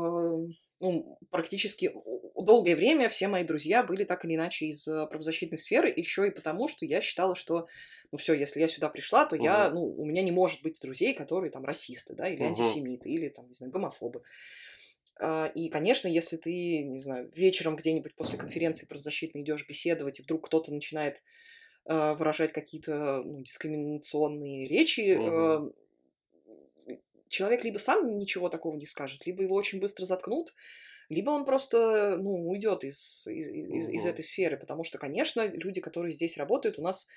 Speaker 2: ну, практически долгое время все мои друзья были так или иначе из правозащитной сферы, еще и потому, что я считала, что, ну все, если я сюда пришла, то
Speaker 1: Мгм.
Speaker 2: я, ну, у меня не может быть друзей, которые там расисты, да, или
Speaker 1: Мгм.
Speaker 2: антисемиты, или там, не знаю, гомофобы. И, конечно, если ты, не знаю, вечером где-нибудь после конференции правозащитной идешь беседовать, и вдруг кто-то начинает выражать какие-то ну, дискриминационные речи,
Speaker 1: Мгм.
Speaker 2: человек либо сам ничего такого не скажет, либо его очень быстро заткнут, либо он просто, ну, уйдет из
Speaker 1: Мгм.
Speaker 2: этой сферы, потому что, конечно, люди, которые здесь работают, у нас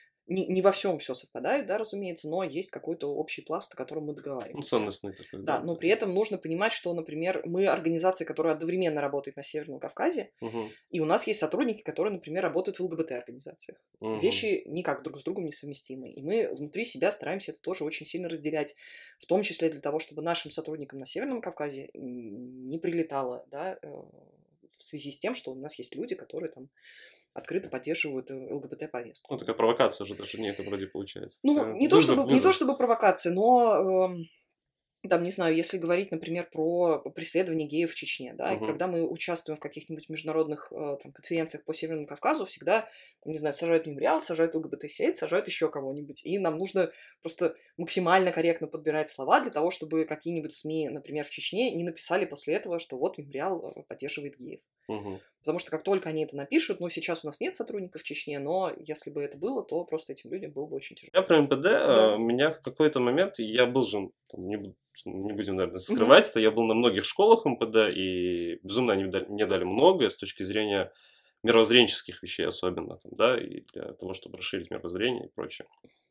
Speaker 2: не во всем все совпадает, да, разумеется, но есть какой-то общий пласт, о котором мы
Speaker 1: Ну,
Speaker 2: договариваемся.
Speaker 1: ценностный такой,
Speaker 2: Да,
Speaker 1: да,
Speaker 2: но при
Speaker 1: наверное.
Speaker 2: этом нужно понимать, что, например, мы организация, которая одновременно работает на Северном Кавказе,
Speaker 1: Мгм.
Speaker 2: и у нас есть сотрудники, которые, например, работают в ЛГБТ-организациях.
Speaker 1: Мгм.
Speaker 2: Вещи никак друг с другом несовместимы. И мы внутри себя стараемся это тоже очень сильно разделять, в том числе для того, чтобы нашим сотрудникам на Северном Кавказе не прилетало, да, в связи с тем, что у нас есть люди, которые там открыто поддерживают
Speaker 1: Ну,
Speaker 2: ЛГБТ-повестку.
Speaker 1: такая провокация же даже нет, вроде получается.
Speaker 2: Ну,
Speaker 1: Такая вызов,
Speaker 2: не то
Speaker 1: вызов.
Speaker 2: чтобы провокация, но там, не знаю, если говорить, например, про преследование геев в Чечне, да, и
Speaker 1: Мгм.
Speaker 2: когда мы участвуем в каких-нибудь международных там, конференциях по Северному Кавказу, всегда, там, не знаю, сажают мемориал, сажают ЛГБТ-сеть, сажают еще кого-нибудь. И нам нужно просто максимально корректно подбирать слова для того, чтобы какие-нибудь СМИ, например, в Чечне, не написали после этого, что вот мемориал поддерживает геев.
Speaker 1: Мгм.
Speaker 2: Потому что как только они это напишут, ну, сейчас у нас нет сотрудников в Чечне, но если бы это было, то просто этим людям было бы очень
Speaker 1: Я
Speaker 2: тяжело.
Speaker 1: про МПД,
Speaker 2: Да.
Speaker 1: меня в какой-то момент, я был же, там, не будем, наверное,
Speaker 2: Мгм.
Speaker 1: скрывать это, я был на многих школах МПД, и безумно они мне дали многое с точки зрения мировоззренческих вещей особенно, там, да, и для того, чтобы расширить мировоззрение и прочее.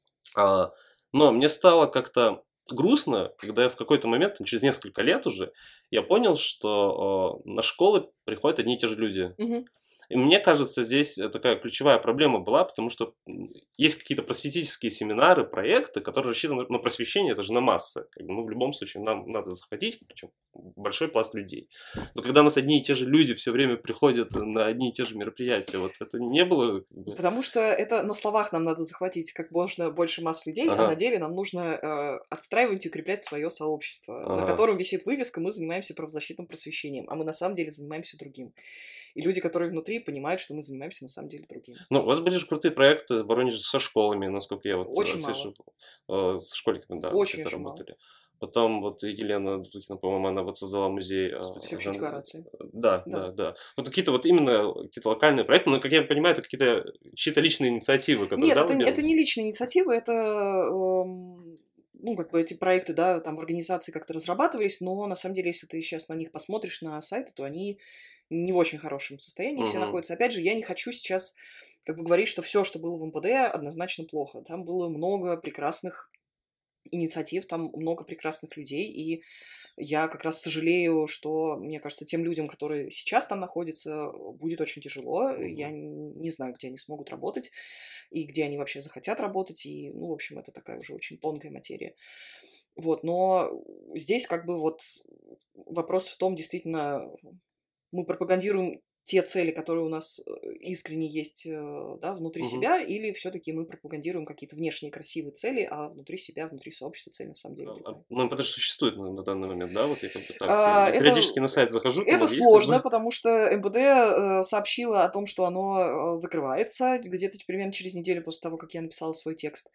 Speaker 1: А, но мне стало как-то грустно, когда я в какой-то момент, через несколько лет уже, я понял, что на школы приходят одни и те же люди.
Speaker 2: Мгм.
Speaker 1: И мне кажется, здесь такая ключевая проблема была, потому что есть какие-то просветительские семинары, проекты, которые рассчитаны на просвещение, это же на массы. Как бы, ну, в любом случае, нам надо захватить причем большой пласт людей. Но когда у нас одни и те же люди все время приходят на одни и те же мероприятия, вот это не было как бы.
Speaker 2: Потому что это на словах нам надо захватить как можно больше масс людей, а на
Speaker 1: Ага,
Speaker 2: деле нам нужно отстраивать и укреплять свое сообщество, на
Speaker 1: ага.
Speaker 2: котором висит вывеска «Мы занимаемся правозащитным просвещением», а мы на самом деле занимаемся другим. И люди, которые внутри, понимают, что мы занимаемся на самом деле другим.
Speaker 1: Ну, у вас были же крутые проекты в Воронеже со школами, насколько я вот
Speaker 2: Очень мало.
Speaker 1: отслеживал. С школьниками, да, вы когда
Speaker 2: Очень-очень мало.
Speaker 1: работали. Потом вот Елена Дудкина, по-моему, она вот создала музей
Speaker 2: Всеобщей декларации.
Speaker 1: Да,
Speaker 2: Да.
Speaker 1: да, да. Вот какие-то вот именно какие-то локальные проекты, но, как я понимаю, это какие-то чьи-то личные инициативы, которые,
Speaker 2: Нет,
Speaker 1: да, вы
Speaker 2: это не
Speaker 1: делаете?
Speaker 2: личная инициатива, это, ну, как бы эти проекты, да, там в организации как-то разрабатывались, но на самом деле, если ты сейчас на них посмотришь на сайты, то они не в очень хорошем состоянии все
Speaker 1: Мгм.
Speaker 2: находятся. Опять же, я не хочу сейчас как бы говорить, что все, что было в МПД, однозначно плохо. Там было много прекрасных инициатив, там много прекрасных людей, и я как раз сожалею, что, мне кажется, тем людям, которые сейчас там находятся, будет очень тяжело. Я
Speaker 1: Мгм.
Speaker 2: не знаю, где они смогут работать и где они вообще захотят работать. И, ну, в общем, это такая уже очень тонкая материя. Вот, но здесь как бы вот вопрос в том, действительно, мы пропагандируем те цели, которые у нас искренне есть, да, внутри
Speaker 1: Мгм.
Speaker 2: себя, или все-таки мы пропагандируем какие-то внешние красивые цели, а внутри себя, внутри сообщества цель на самом деле другая.
Speaker 1: Ну, это же существует на данный момент, да? Вот я как бы так.
Speaker 2: А,
Speaker 1: Я
Speaker 2: Это,
Speaker 1: периодически на сайт захожу, там
Speaker 2: это
Speaker 1: вот есть как
Speaker 2: сложно,
Speaker 1: бы.
Speaker 2: потому что МВД сообщило о том, что оно закрывается где-то примерно через неделю после того, как я написала свой текст.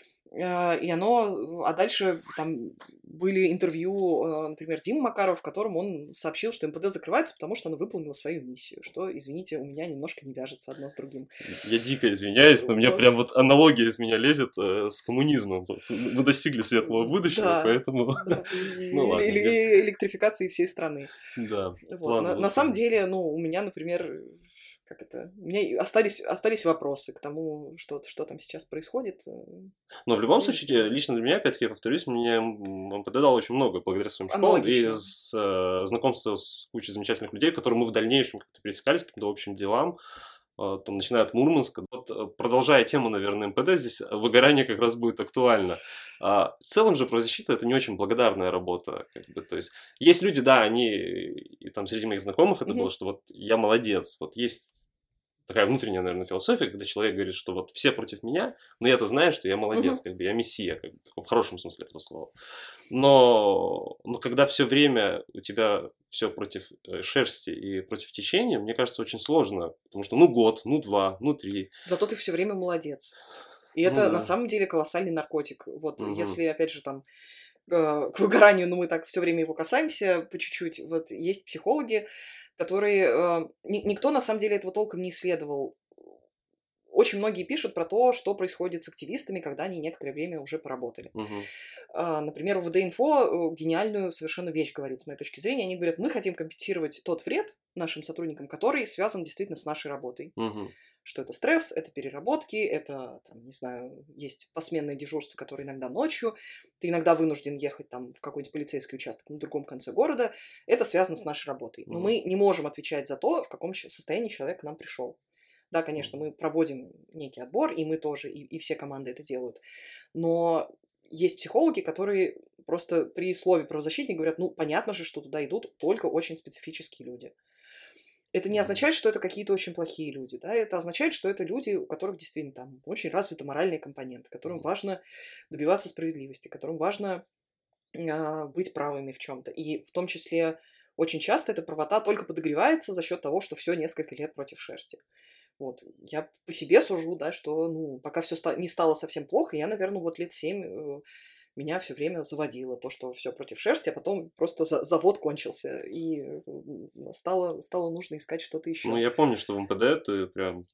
Speaker 2: И оно, а дальше там были интервью, например, Димы Макарова, в котором он сообщил, что МПД закрывается, потому что оно выполнило свою миссию, что, извините, у меня немножко не вяжется одно с другим.
Speaker 1: Я дико извиняюсь, но у меня
Speaker 2: Вот.
Speaker 1: прям вот аналогия из меня лезет с коммунизмом. Тут мы достигли светлого будущего,
Speaker 2: Да,
Speaker 1: поэтому...
Speaker 2: да,
Speaker 1: Ну ладно, нет.
Speaker 2: электрификации всей страны.
Speaker 1: Да,
Speaker 2: Вот.
Speaker 1: планы
Speaker 2: На
Speaker 1: вот
Speaker 2: самом
Speaker 1: прям.
Speaker 2: деле, ну, у меня, например, как это, у меня и остались вопросы к тому, что там сейчас происходит.
Speaker 1: Но в любом
Speaker 2: Я не
Speaker 1: случае,
Speaker 2: знаю.
Speaker 1: лично для меня, опять-таки, я повторюсь, мне МПД дал очень много благодаря своим школам и
Speaker 2: Аналогично.
Speaker 1: знакомство с кучей замечательных людей, которые мы в дальнейшем как-то пересекались, к каким-то общим делам, там, начиная от Мурманска. Вот, продолжая тему, наверное, МПД, здесь выгорание как раз будет актуально. В целом же правозащита – это не очень благодарная работа. Как бы, то есть, есть люди, да, они, и там среди моих знакомых это было,
Speaker 2: Мгм.
Speaker 1: что вот я молодец, вот есть такая внутренняя, наверное, философия, когда человек говорит, что вот все против меня, но я-то знаю, что я молодец,
Speaker 2: Мгм.
Speaker 1: как бы я мессия, как бы, в хорошем смысле этого слова. Но когда все время у тебя все против шерсти и против течения, мне кажется, очень сложно, потому что ну год, ну два, ну три,
Speaker 2: Зато ты все время молодец. И
Speaker 1: ну
Speaker 2: это на
Speaker 1: да.
Speaker 2: самом деле колоссальный наркотик. Вот
Speaker 1: Мгм.
Speaker 2: если, опять же, там к выгоранию, ну, мы так все время его касаемся по чуть-чуть. Вот есть психологи, которые никто на самом деле этого толком не исследовал. Очень многие пишут про то, что происходит с активистами, когда они некоторое время уже поработали.
Speaker 1: Мгм.
Speaker 2: Например, УВД-инфо гениальную совершенно вещь говорит, с моей точки зрения. Они говорят, мы хотим компенсировать тот вред нашим сотрудникам, который связан действительно с нашей работой.
Speaker 1: Мгм.
Speaker 2: Что это стресс, это переработки, это, там, не знаю, есть посменное дежурство, которое иногда ночью, ты иногда вынужден ехать там в какой-нибудь полицейский участок на другом конце города, это связано с нашей работой. Но
Speaker 1: Мгм.
Speaker 2: мы не можем отвечать за то, в каком состоянии человек к нам пришел. Да, конечно,
Speaker 1: Мгм.
Speaker 2: мы проводим некий отбор, и мы тоже, и все команды это делают. Но есть психологи, которые просто при слове правозащитник говорят, ну, понятно же, что туда идут только очень специфические люди. Это не
Speaker 1: Мгм.
Speaker 2: означает, что это какие-то очень плохие люди, да, это означает, что это люди, у которых действительно там очень развиты моральные компоненты, которым
Speaker 1: Мгм.
Speaker 2: важно добиваться справедливости, которым важно быть правыми в чем-то. И в том числе очень часто эта правота только подогревается за счет того, что все несколько лет против шерсти. Вот. Я по себе сужу, да, что, ну, пока все не стало совсем плохо, я, наверное, вот лет 7 меня все время заводило то, что все против шерсти, а потом просто завод кончился, и стало нужно искать что-то
Speaker 1: Ну,
Speaker 2: еще.
Speaker 1: я помню, что в МПД ты прям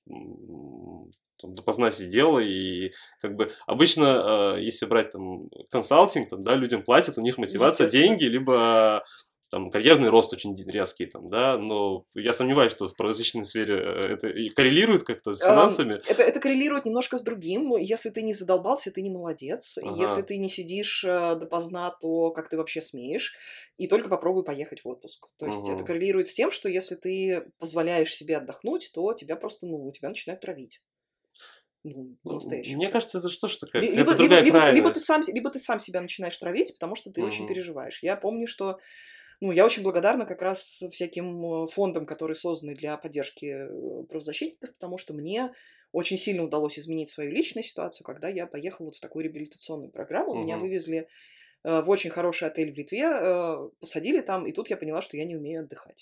Speaker 1: там допоздна сидела, и как бы обычно, если брать там консалтинг, там, да, людям платят, у них мотивация
Speaker 2: Естественно.
Speaker 1: деньги, либо там карьерный рост очень резкий, там, да, но я сомневаюсь, что в правозащитной сфере это и коррелирует как-то с финансами.
Speaker 2: Это коррелирует немножко с другим. Если ты не задолбался, ты не молодец. Если
Speaker 1: Ага.
Speaker 2: ты не сидишь допоздна, то как ты вообще смеешь? И только попробуй поехать в отпуск. То есть это
Speaker 1: Мгм.
Speaker 2: коррелирует с тем, что если ты позволяешь себе отдохнуть, то тебя просто, ну, тебя начинают травить. Ну,
Speaker 1: Ну,
Speaker 2: по-настоящему
Speaker 1: мне
Speaker 2: прям.
Speaker 1: кажется, это что ж такая какая-то другая
Speaker 2: Либо ты сам себя начинаешь травить, потому что ты очень
Speaker 1: крайность.
Speaker 2: переживаешь. Я помню, что, ну, я очень благодарна как раз всяким фондам, которые созданы для поддержки правозащитников, потому что мне очень сильно удалось изменить свою личную ситуацию, когда я поехала вот в такую реабилитационную программу. Меня
Speaker 1: Мгм.
Speaker 2: вывезли в очень хороший отель в Литве, посадили там, и тут я поняла, что я не умею отдыхать.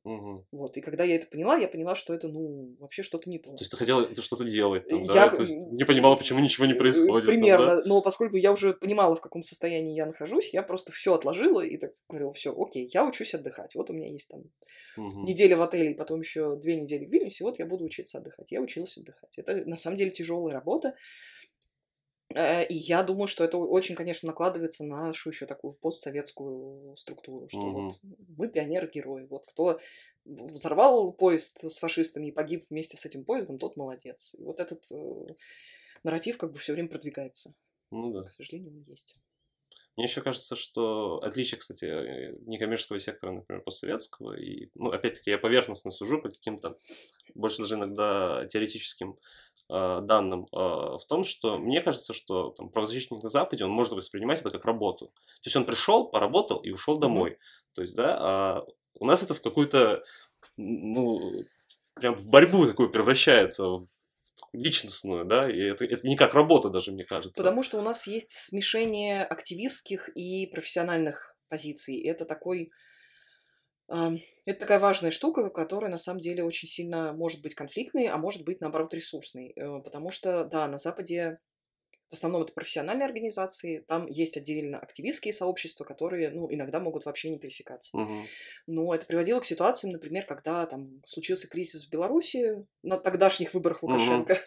Speaker 1: Мгм.
Speaker 2: Вот, и когда я это поняла, я поняла, что это, ну, вообще что-то не то.
Speaker 1: То есть ты хотела что-то делать там,
Speaker 2: Я
Speaker 1: да? То есть не понимала, почему ничего не происходит там, да?
Speaker 2: примерно, но поскольку я уже понимала, в каком состоянии я нахожусь, я просто все отложила и так говорила: все, окей, я учусь отдыхать. Вот у меня есть там
Speaker 1: Мгм.
Speaker 2: неделя в отеле, и потом еще 2 недели в Вильнюсе, вот я буду учиться отдыхать. Я училась отдыхать. Это на самом деле тяжелая работа, и я думаю, что это очень, конечно, накладывается на нашу еще такую постсоветскую структуру, что
Speaker 1: Мгм.
Speaker 2: вот мы пионеры-герои. Вот кто взорвал поезд с фашистами и погиб вместе с этим поездом, тот молодец. И вот этот нарратив как бы все время продвигается.
Speaker 1: Ну да.
Speaker 2: К сожалению, он есть.
Speaker 1: Мне еще кажется, что отличие, кстати, некоммерческого сектора, например, постсоветского, и, ну, опять-таки, я поверхностно сужу по каким-то, больше даже иногда теоретическим данным, в том, что мне кажется, что там, правозащитник на Западе, он может воспринимать это как работу. То есть он пришел, поработал и ушел
Speaker 2: Мгм.
Speaker 1: домой. То есть, да, у нас это в какую-то, ну, прям в борьбу такую превращается, в такую личностную, да, и это не как работа даже, мне кажется.
Speaker 2: Потому что у нас есть смешение активистских и профессиональных позиций. Ам, это такая важная штука, которая на самом деле очень сильно может быть конфликтной, а может быть, наоборот, ресурсной. Потому что, да, на Западе в основном это профессиональные организации, там есть отдельно активистские сообщества, которые, ну, иногда могут вообще не пересекаться.
Speaker 1: Мгм.
Speaker 2: Но это приводило к ситуациям, например, когда там случился кризис в Беларуси на тогдашних выборах
Speaker 1: Мгм.
Speaker 2: Лукашенко,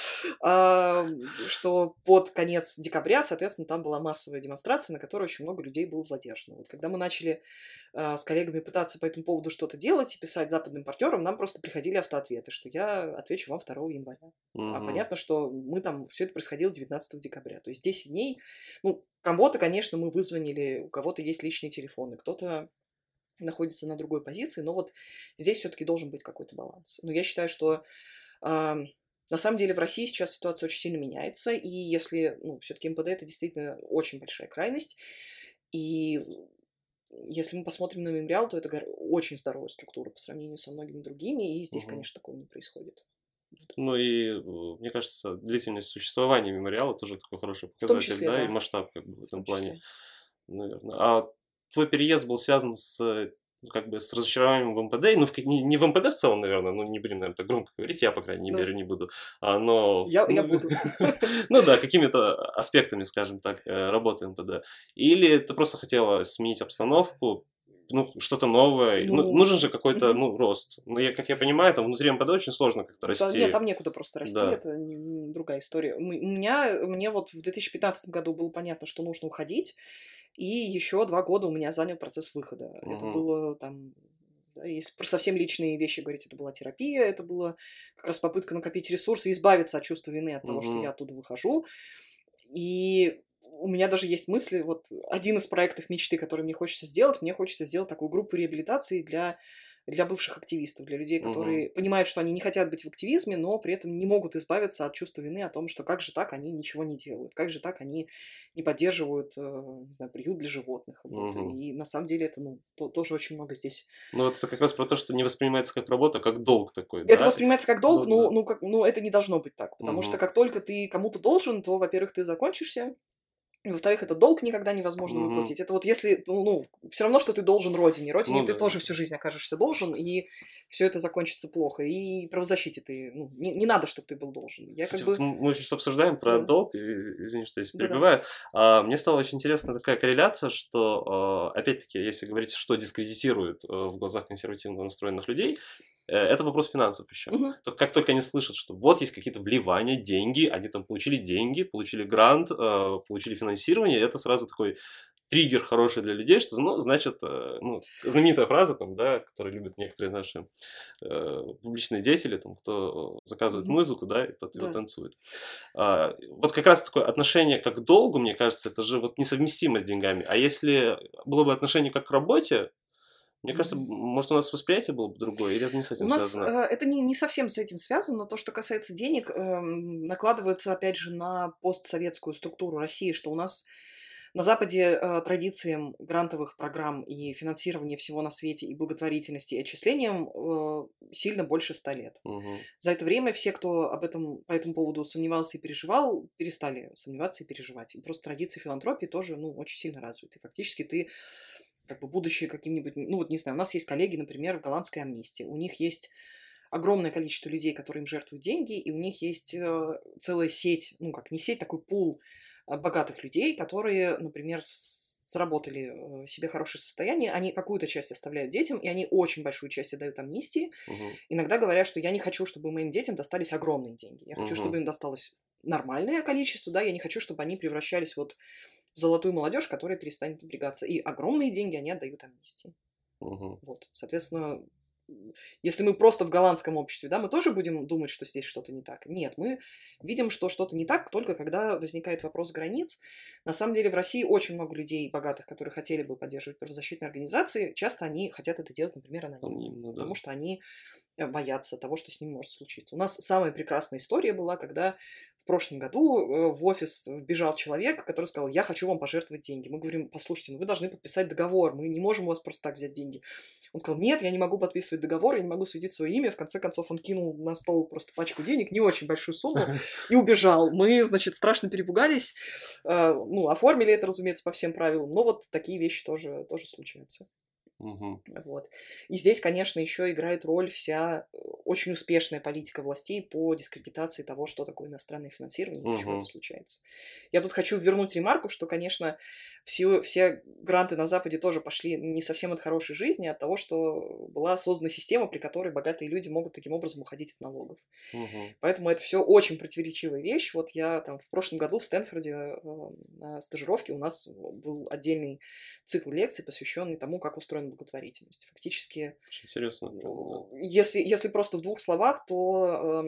Speaker 2: что под конец декабря, соответственно, там была массовая демонстрация, на которой очень много людей было задержано. Вот когда мы начали с коллегами пытаться по этому поводу что-то делать и писать западным партнерам, нам просто приходили автоответы, что я отвечу вам 2 января. А
Speaker 1: Мгм.
Speaker 2: понятно, что мы там, все это происходило 19 декабря. То есть 10 дней, ну, кого-то, конечно, мы вызвонили, у кого-то есть личные телефоны, кто-то находится на другой позиции, но вот здесь все-таки должен быть какой-то баланс. Но я считаю, что ам, на самом деле в России сейчас ситуация очень сильно меняется, и если, ну, все-таки МПД это действительно очень большая крайность, и если мы посмотрим на мемориал, то это очень здоровая структура по сравнению со многими другими, и здесь,
Speaker 1: Мгм.
Speaker 2: конечно, такого не происходит. Вот.
Speaker 1: Ну и, мне кажется, длительность существования мемориала тоже такой хороший
Speaker 2: В том
Speaker 1: показатель,
Speaker 2: числе,
Speaker 1: да, и
Speaker 2: да,
Speaker 1: масштаб как бы в
Speaker 2: в
Speaker 1: этом
Speaker 2: том
Speaker 1: плане,
Speaker 2: числе.
Speaker 1: наверное. А твой переезд был связан с, ну, как бы с разочарованием в МПД, ну, не в МПД в целом, наверное, ну, не будем, наверное, так громко говорить, я, по крайней
Speaker 2: Да,
Speaker 1: мере, не буду, но,
Speaker 2: я
Speaker 1: ну,
Speaker 2: буду.
Speaker 1: ну да, какими-то аспектами, скажем так, работы МПД. Или ты просто хотела сменить обстановку, ну, что-то новое. Ну,
Speaker 2: Ну,
Speaker 1: нужен же какой-то,
Speaker 2: мгм.
Speaker 1: ну, рост. Ну, как я понимаю, там внутри МПД очень сложно как-то
Speaker 2: Нет,
Speaker 1: расти.
Speaker 2: там некуда просто расти,
Speaker 1: Да.
Speaker 2: это другая история. Мне вот в 2015 году было понятно, что нужно уходить, и еще 2 года у меня занял процесс выхода. Это
Speaker 1: Мгм.
Speaker 2: было там, да, если про совсем личные вещи говорить, это была терапия, это была как раз попытка накопить ресурсы, избавиться от чувства вины от того, что я
Speaker 1: Мгм.
Speaker 2: оттуда выхожу. И у меня даже есть мысли, вот один из проектов мечты, который мне хочется сделать такую группу реабилитации для бывших активистов, для людей,
Speaker 1: Мгм.
Speaker 2: которые понимают, что они не хотят быть в активизме, но при этом не могут избавиться от чувства вины о том, что как же так они ничего не делают, как же так они не поддерживают, не знаю, приют для животных. Вот.
Speaker 1: Мгм.
Speaker 2: И на самом деле это, ну, тоже очень много здесь.
Speaker 1: Ну, вот это как раз про то, что не воспринимается как работа, а как долг такой,
Speaker 2: Это
Speaker 1: да?
Speaker 2: воспринимается как долг,
Speaker 1: Ну да.
Speaker 2: ну, это не должно быть так, потому что
Speaker 1: Мгм.
Speaker 2: как только ты кому-то должен, то, во-первых, ты закончишься, и, во-вторых, этот долг никогда невозможно
Speaker 1: Мгм.
Speaker 2: выплатить. Это вот если, все равно, что ты должен родине. Родине
Speaker 1: Ну
Speaker 2: ты
Speaker 1: да.
Speaker 2: тоже всю жизнь окажешься должен, и все это закончится плохо. И правозащите ты, ну, не надо, чтобы ты был должен. Я как
Speaker 1: Кстати, вот
Speaker 2: бы,
Speaker 1: мы сейчас обсуждаем про
Speaker 2: да,
Speaker 1: долг, извини, что я здесь
Speaker 2: да-да.
Speaker 1: перебиваю. Мне стала очень интересна такая корреляция, что, опять-таки, если говорить, что дискредитирует в глазах консервативно настроенных людей, это вопрос финансов еще.
Speaker 2: Мгм.
Speaker 1: Как только они слышат, что вот есть какие-то вливания, деньги, они там получили деньги, получили грант, получили финансирование, это сразу такой триггер хороший для людей, что, ну, значит, ну, знаменитая фраза, там, да, которую любят некоторые наши публичные деятели, там, кто заказывает
Speaker 2: Мгм.
Speaker 1: музыку, да, и кто-то его
Speaker 2: Да.
Speaker 1: танцует. Вот как раз такое отношение как к долгу, мне кажется, это же вот несовместимо с деньгами. А если было бы отношение как к работе, мне кажется,
Speaker 2: Мгм.
Speaker 1: может, у нас восприятие было бы другое, или это не с
Speaker 2: У
Speaker 1: этим
Speaker 2: нас
Speaker 1: связано?
Speaker 2: это не совсем с этим связано. То, что касается денег, накладывается, опять же, на постсоветскую структуру России, что у нас на Западе традициям грантовых программ и финансирования всего на свете, и благотворительности, и отчислениям сильно больше 100 лет.
Speaker 1: Мгм.
Speaker 2: За это время все, кто по этому поводу сомневался и переживал, перестали сомневаться и переживать. И просто традиции филантропии тоже, ну, очень сильно развиты. Фактически ты как бы будучи каким-нибудь, ну вот не знаю, у нас есть коллеги, например, в голландской амнистии, у них есть огромное количество людей, которые им жертвуют деньги, и у них есть целая сеть, ну как не сеть, такой пул богатых людей, которые, например, сработали себе хорошее состояние, они какую-то часть оставляют детям, и они очень большую часть отдают амнистии. Иногда говорят, что я не хочу, чтобы моим детям достались огромные деньги. Я хочу, чтобы им досталось нормальное количество, да, я не хочу, чтобы они превращались вот в золотую молодежь, которая перестанет напрягаться. И огромные деньги они отдают амнистии. Вот, соответственно, если мы просто в голландском обществе, да, мы тоже будем думать, что здесь что-то не так. Нет, мы видим, что что-то не так только когда возникает вопрос границ. На самом деле в России очень много людей богатых, которые хотели бы поддерживать правозащитные организации. Часто они хотят это делать, например, анонимно, потому что они боятся того, что с ним может случиться. У нас самая прекрасная история была, когда в прошлом году в офис вбежал человек, который сказал: я хочу вам пожертвовать деньги. Мы говорим: послушайте, ну вы должны подписать договор, мы не можем у вас просто так взять деньги. Он сказал: нет, я не могу подписывать договор, я не могу светить свое имя. В конце концов он кинул на стол просто пачку денег, не очень большую сумму, и убежал. Мы, значит, страшно перепугались, ну, оформили это, разумеется, по всем правилам, но вот такие вещи тоже случаются. Вот. И здесь, конечно, еще играет роль вся очень успешная политика властей по дискредитации того, что такое иностранное финансирование и почему это случается. Я тут хочу вернуть ремарку, что, конечно, все гранты на Западе тоже пошли не совсем от хорошей жизни, а от того, что была создана система, при которой богатые люди могут таким образом уходить от налогов. Поэтому это все очень противоречивая вещь. Вот я там в прошлом году в Стэнфорде на стажировке, у нас был отдельный цикл лекций, посвященный тому, как устроена благотворительность. Фактически,
Speaker 1: очень интересно.
Speaker 2: Если просто в двух словах, то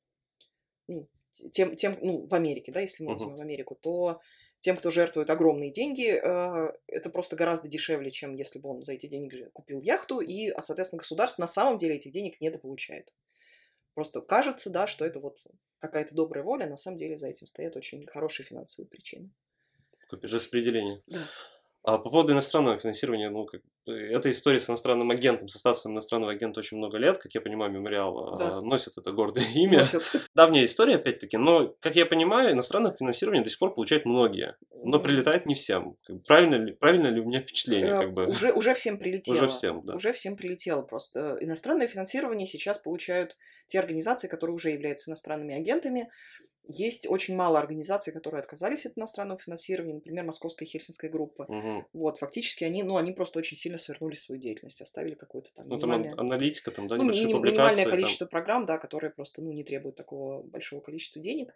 Speaker 2: в Америке, да, если мы возьмем Америку, то тем, кто жертвует огромные деньги, это просто гораздо дешевле, чем если бы он за эти деньги купил яхту, и, соответственно, государство на самом деле этих денег недополучает. Просто кажется, да, что это вот какая-то добрая воля, на самом деле за этим стоят очень хорошие финансовые причины.
Speaker 1: Какое распределение.
Speaker 2: Да.
Speaker 1: А по поводу иностранного финансирования, эта история с иностранным агентом, со статусом иностранного агента очень много лет, как я понимаю, Мемориал носит это гордое имя. Давняя история, опять-таки, но, как я понимаю, иностранное финансирование до сих пор получают многие, но прилетает не всем. Правильно ли у меня впечатление?
Speaker 2: Уже всем прилетело.
Speaker 1: Уже всем, да.
Speaker 2: Уже всем прилетело просто. Иностранное финансирование сейчас получают те организации, которые уже являются иностранными агентами. Есть очень мало организаций, которые отказались от иностранного финансирования, например, Московская Хельсинская группа. Вот, фактически они просто очень сильно свернули свою деятельность, оставили какую-то там
Speaker 1: минимальное... там аналитика, там, да, небольшие публикации.
Speaker 2: Минимальное количество программ, да, которые просто, не требуют такого большого количества денег.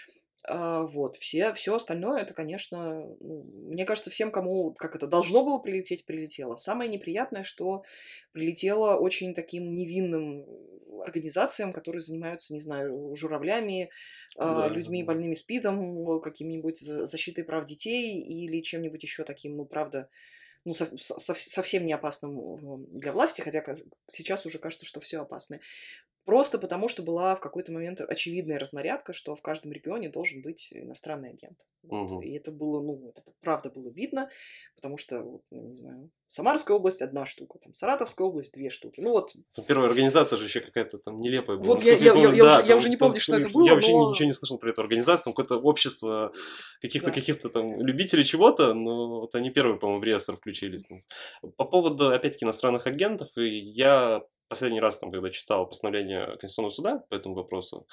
Speaker 2: Вот, все остальное, это, конечно, мне кажется, всем, кому как это должно было прилететь, прилетело. Самое неприятное, что прилетело очень таким невинным организациям, которые занимаются, не знаю, журавлями, людьми больными СПИДом, каким-нибудь защитой прав детей или чем-нибудь еще таким, правда, совсем не опасным для власти, хотя сейчас уже кажется, что все опасное. Просто потому, что была в какой-то момент очевидная разнарядка, что в каждом регионе должен быть иностранный агент. Вот. И это было, это правда было видно, потому что, не знаю, Самарская область 1 штука, там Саратовская область 2 штуки.
Speaker 1: Первая организация же еще какая-то там нелепая была.
Speaker 2: Вот я уже не помню, что это было.
Speaker 1: Я вообще ничего не слышал про эту организацию, там какое-то общество каких-то там любителей чего-то, но вот они первые, по-моему, в реестр включились. По поводу, опять-таки, иностранных агентов, я последний раз, когда читал постановление Конституционного суда по этому вопросу,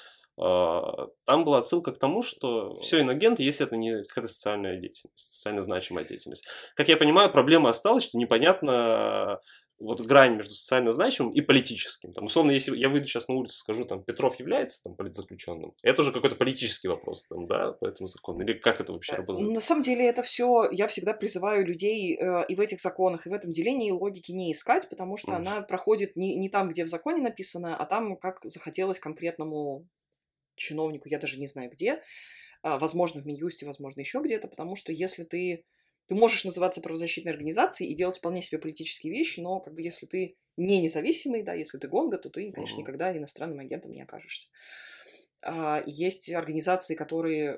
Speaker 1: там была отсылка к тому, что все инагенты, если это не какая-то социальная деятельность, социально значимая деятельность. Как я понимаю, проблема осталась, что непонятно грань между социально значимым и политическим. Там, условно, если я выйду сейчас на улицу и скажу, там, Петров является там политзаключенным, это уже какой-то политический вопрос, там, да, по этому закону, или как это вообще работает?
Speaker 2: На самом деле это все, я всегда призываю людей и в этих законах, и в этом делении логики не искать, потому что она проходит не там, где в законе написано, а там, как захотелось конкретному чиновнику, я даже не знаю где, возможно, в Минюсте, возможно, еще где-то, потому что если ты можешь называться правозащитной организацией и делать вполне себе политические вещи, но если ты не независимый, да, если ты гонга, то ты, конечно, никогда иностранным агентом не окажешься. Есть организации, которые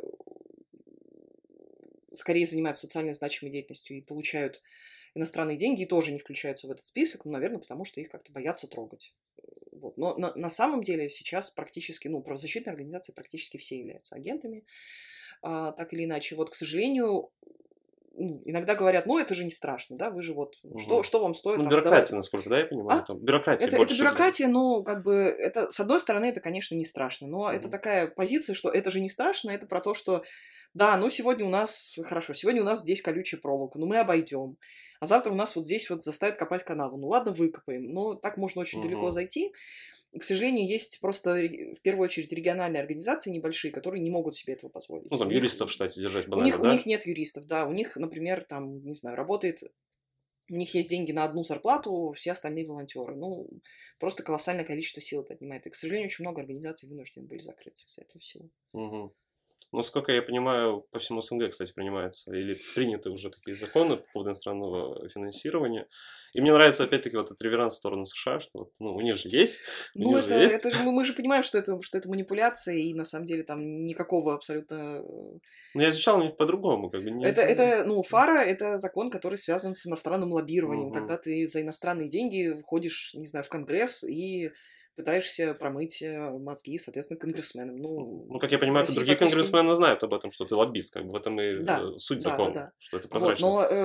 Speaker 2: скорее занимаются социально значимой деятельностью и получают иностранные деньги и тоже не включаются в этот список, наверное, потому что их как-то боятся трогать. Вот. Но на самом деле сейчас практически, правозащитные организации практически все являются агентами, так или иначе. Вот, к сожалению, иногда говорят, ну, это же не страшно, да, вы же вот,
Speaker 1: Мгм.
Speaker 2: что вам стоит
Speaker 1: Ну,
Speaker 2: там сдавать?
Speaker 1: бюрократия, насколько, да, я понимаю,
Speaker 2: А?
Speaker 1: там бюрократии
Speaker 2: Это
Speaker 1: больше.
Speaker 2: бюрократия, но как бы это, с одной стороны, это, конечно, не страшно, но это
Speaker 1: Мгм.
Speaker 2: такая позиция, что это же не страшно, это про то, что да, ну сегодня у нас, хорошо, сегодня у нас здесь колючая проволока, ну мы обойдем, а завтра у нас вот здесь вот заставят копать канаву, ну ладно, выкопаем, но так можно очень далеко
Speaker 1: Мгм.
Speaker 2: зайти. К сожалению, есть просто в первую очередь региональные организации небольшие, которые не могут себе этого
Speaker 1: Ну,
Speaker 2: позволить.
Speaker 1: там юристов в штате держать
Speaker 2: У
Speaker 1: банально,
Speaker 2: них, у
Speaker 1: да?
Speaker 2: них нет юристов, да, у них, например, там, не знаю, работает у них есть деньги на одну зарплату, все остальные волонтеры. Ну, просто колоссальное количество сил это отнимает. И, к сожалению, очень много организаций вынуждены были закрыться из-за этого всего.
Speaker 1: Мгм. Ну, насколько я понимаю, по всему СНГ, кстати, принимаются или приняты уже такие законы по поводу иностранного финансирования. И мне нравится, опять-таки, вот этот реверанс в сторону США, что вот, ну, у них же есть, у
Speaker 2: Ну,
Speaker 1: них же есть.
Speaker 2: это же мы же понимаем, что это манипуляция, и на самом деле там никакого абсолютно...
Speaker 1: Но я изучал у них по-другому, как бы не...
Speaker 2: Ну, ФАРа — это закон, который связан с иностранным лоббированием,
Speaker 1: Мгм.
Speaker 2: когда ты за иностранные деньги входишь, не знаю, в Конгресс и пытаешься промыть мозги, соответственно, конгрессменам. Ну,
Speaker 1: Ну, как я
Speaker 2: в
Speaker 1: понимаю,
Speaker 2: России
Speaker 1: другие
Speaker 2: фактически...
Speaker 1: конгрессмены знают об этом, что ты лоббист, как бы в этом и
Speaker 2: Да,
Speaker 1: суть
Speaker 2: да, да,
Speaker 1: закона,
Speaker 2: да.
Speaker 1: что это
Speaker 2: Вот, но
Speaker 1: прозрачность.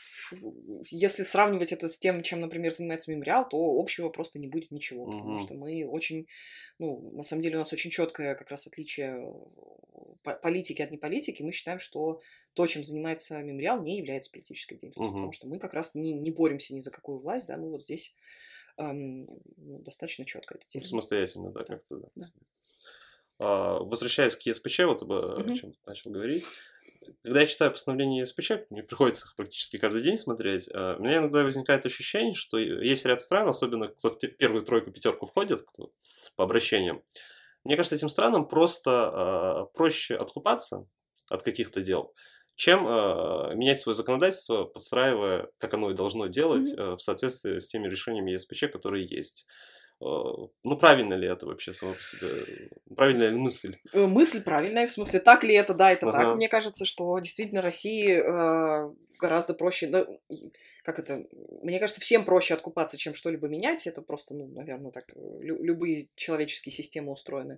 Speaker 2: если сравнивать это с тем, чем, например, занимается Мемориал, то общего просто не будет ничего, потому
Speaker 1: Мгм.
Speaker 2: что мы очень, ну, на самом деле у нас очень четкое как раз отличие политики от неполитики. Мы считаем, что то, чем занимается Мемориал, не является политической деятельностью, потому
Speaker 1: Мгм.
Speaker 2: что мы как раз не боремся ни за какую власть, да, мы вот здесь ну, достаточно четко это
Speaker 1: Ну,
Speaker 2: делим.
Speaker 1: самостоятельно, да,
Speaker 2: Да,
Speaker 1: как-то, да.
Speaker 2: да.
Speaker 1: Возвращаясь к ЕСПЧ, вот о
Speaker 2: Мгм.
Speaker 1: чем начал говорить. Когда я читаю постановление ЕСПЧ, мне приходится их практически каждый день смотреть, у меня иногда возникает ощущение, что есть ряд стран, особенно кто в первую тройку, пятерку входит, кто по обращениям. Мне кажется, этим странам просто проще откупаться от каких-то дел, чем менять свое законодательство, подстраивая, как оно и должно делать,
Speaker 2: Мгм.
Speaker 1: в соответствии с теми решениями ЕСПЧ, которые есть. Ну, правильно ли это вообще само по себе? Правильная ли мысль?
Speaker 2: Мысль правильная, в смысле, так ли это? Да, это так.
Speaker 1: Ага.
Speaker 2: Мне кажется, что действительно России гораздо проще, да, как это, мне кажется, всем проще откупаться, чем что-либо менять. Это просто, ну, наверное, так любые человеческие системы устроены.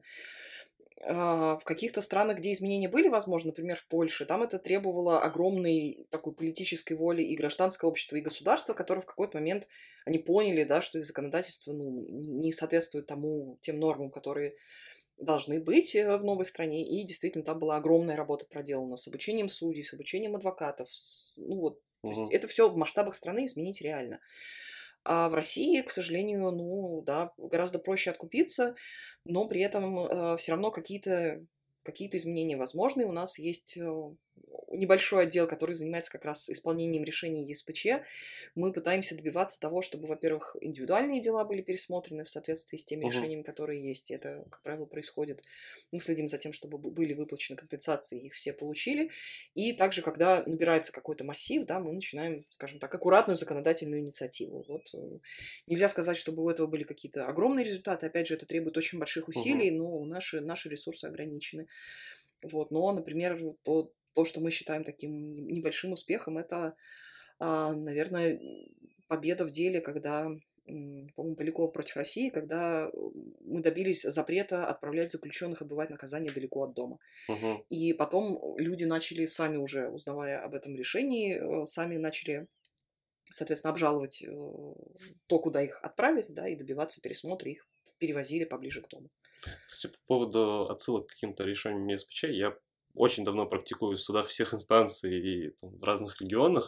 Speaker 2: В каких-то странах, где изменения были возможны, например, в Польше, там это требовало огромной такой политической воли и гражданского общества, и государства, которые в какой-то момент они поняли, да, что их законодательство, ну, не соответствует тем нормам, которые должны быть в новой стране. И действительно, там была огромная работа проделана с обучением судей, с обучением адвокатов. Ну вот, то есть
Speaker 1: Мгм.
Speaker 2: это все в масштабах страны изменить реально. А в России, к сожалению, ну да, гораздо проще откупиться, но при этом все равно какие-то изменения возможны. У нас есть небольшой отдел, который занимается как раз исполнением решений ЕСПЧ. Мы пытаемся добиваться того, чтобы, во-первых, индивидуальные дела были пересмотрены в соответствии с теми
Speaker 1: Мгм.
Speaker 2: решениями, которые есть. Это, как правило, происходит. Мы следим за тем, чтобы были выплачены компенсации, их все получили. И также, когда набирается какой-то массив, да, мы начинаем, скажем так, аккуратную законодательную инициативу. Вот, нельзя сказать, чтобы у этого были какие-то огромные результаты. Опять же, это требует очень больших
Speaker 1: Мгм.
Speaker 2: усилий, но наши ресурсы ограничены. Вот. Но, например, то, что мы считаем таким небольшим успехом, это, наверное, победа в деле, когда, по-моему, Поляков против России, когда мы добились запрета отправлять заключенных отбывать наказание далеко от дома.
Speaker 1: Мгм.
Speaker 2: И потом люди начали сами уже, узнавая об этом решении, сами начали, соответственно, обжаловать то, куда их отправили, да, и добиваться пересмотра, их перевозили поближе к дому.
Speaker 1: Кстати, по поводу отсылок к каким-то решениям ЕСПЧ, я очень давно практикую в судах всех инстанций и там, в разных регионах.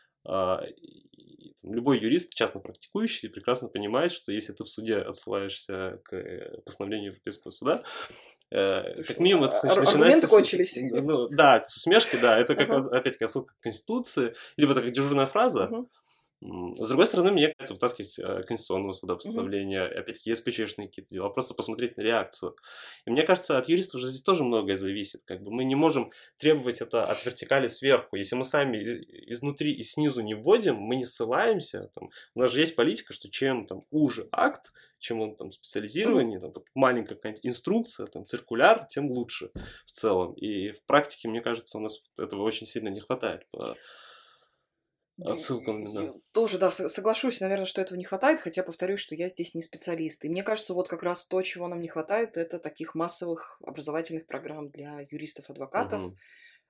Speaker 1: Любой юрист, частно практикующий, прекрасно понимает, что если ты в суде отсылаешься к постановлению Европейского суда,
Speaker 2: Ты
Speaker 1: как
Speaker 2: что,
Speaker 1: минимум это начинается
Speaker 2: аргументы кончились?
Speaker 1: ну, да, с усмешки, да, это как,
Speaker 2: Ага,
Speaker 1: опять-таки, отсылка к Конституции, либо это как дежурная фраза.
Speaker 2: мгм,
Speaker 1: С другой стороны, мне кажется, вытаскивать Конституционного суда
Speaker 2: мгм.
Speaker 1: постановления, опять-таки, ЕСПЧшные какие-то дела, просто посмотреть на реакцию. И мне кажется, от юристов же здесь тоже многое зависит. Как бы мы не можем требовать это от вертикали сверху. Если мы сами изнутри и снизу не вводим, мы не ссылаемся. Там, у нас же есть политика, что чем там уже акт, чем он там
Speaker 2: Мгм.
Speaker 1: специализированнее, там, маленькая какая-нибудь инструкция, там, циркуляр, тем лучше в целом. И в практике, мне кажется, у нас этого очень сильно не хватает по отсылкам именно.
Speaker 2: Тоже, да, соглашусь, наверное, что этого не хватает, хотя повторюсь, что я здесь не специалист. И мне кажется, вот как раз то, чего нам не хватает, это таких массовых образовательных программ для юристов-адвокатов,
Speaker 1: Мгм.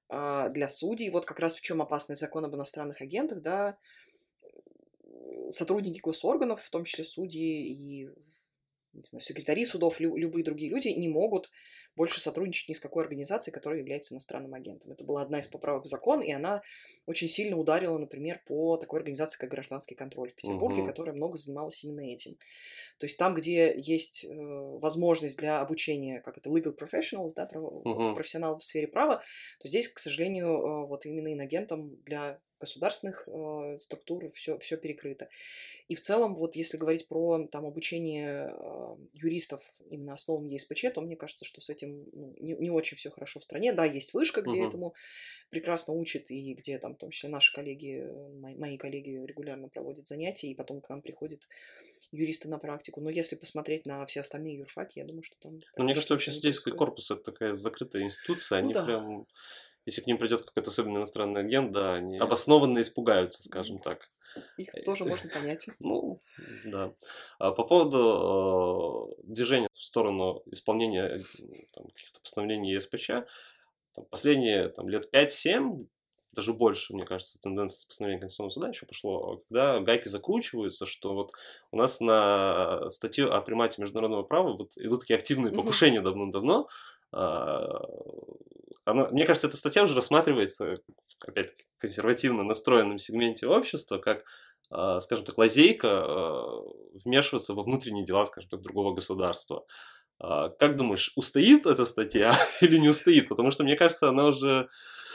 Speaker 2: для судей. Вот как раз в чем опасность закона об иностранных агентах, да, сотрудники госорганов, в том числе судьи и, не знаю, секретари судов, любые другие люди не могут больше сотрудничать ни с какой организацией, которая является иностранным агентом. Это была одна из поправок в закон, и она очень сильно ударила, например, по такой организации, как «Гражданский контроль» в Петербурге, которая много занималась именно этим. То есть там, где есть возможность для обучения, как это, legal professionals, да, профессионалов в сфере права, то здесь, к сожалению, вот именно инагентам для государственных структур все перекрыто. И в целом, вот если говорить про там, обучение юристов именно основам ЕСПЧ, то мне кажется, что с этим не очень все хорошо в стране. Да, есть вышка, где этому прекрасно учат, и где там, в том числе, наши коллеги, мои коллеги регулярно проводят занятия, и потом к нам приходят юристы на практику. Но если посмотреть на все остальные юрфаки, я думаю, что там...
Speaker 1: Ну, мне кажется, вообще судейский корпус — это такая закрытая институция, они прям... Если к ним придет какой-то особенный иностранный агент, да, они обоснованно испугаются, скажем так.
Speaker 2: Их тоже можно понять.
Speaker 1: Ну, да. По поводу движения в сторону исполнения каких-то постановлений ЕСПЧ, последние лет 5-7, даже больше, мне кажется, тенденция с постановлением Конституционного суда еще пошло, когда гайки закручиваются, что вот у нас на статью о примате международного права вот идут такие активные покушения давно-давно. Мне кажется, эта статья уже рассматривается, опять-таки, в консервативно настроенном сегменте общества, как, скажем так, лазейка вмешиваться во внутренние дела, скажем так, другого государства. Как думаешь, устоит эта статья или не устоит? Потому что, мне кажется, она уже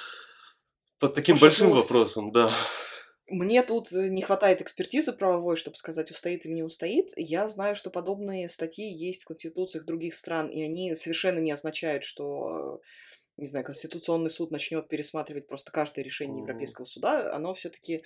Speaker 1: под таким большим вопросом, да.
Speaker 2: Мне тут не хватает экспертизы правовой, чтобы сказать, устоит или не устоит. Я знаю, что подобные статьи есть в конституциях других стран, и они совершенно не означают, что, не знаю, Конституционный суд начнет пересматривать просто каждое решение Европейского суда. Оно все-таки...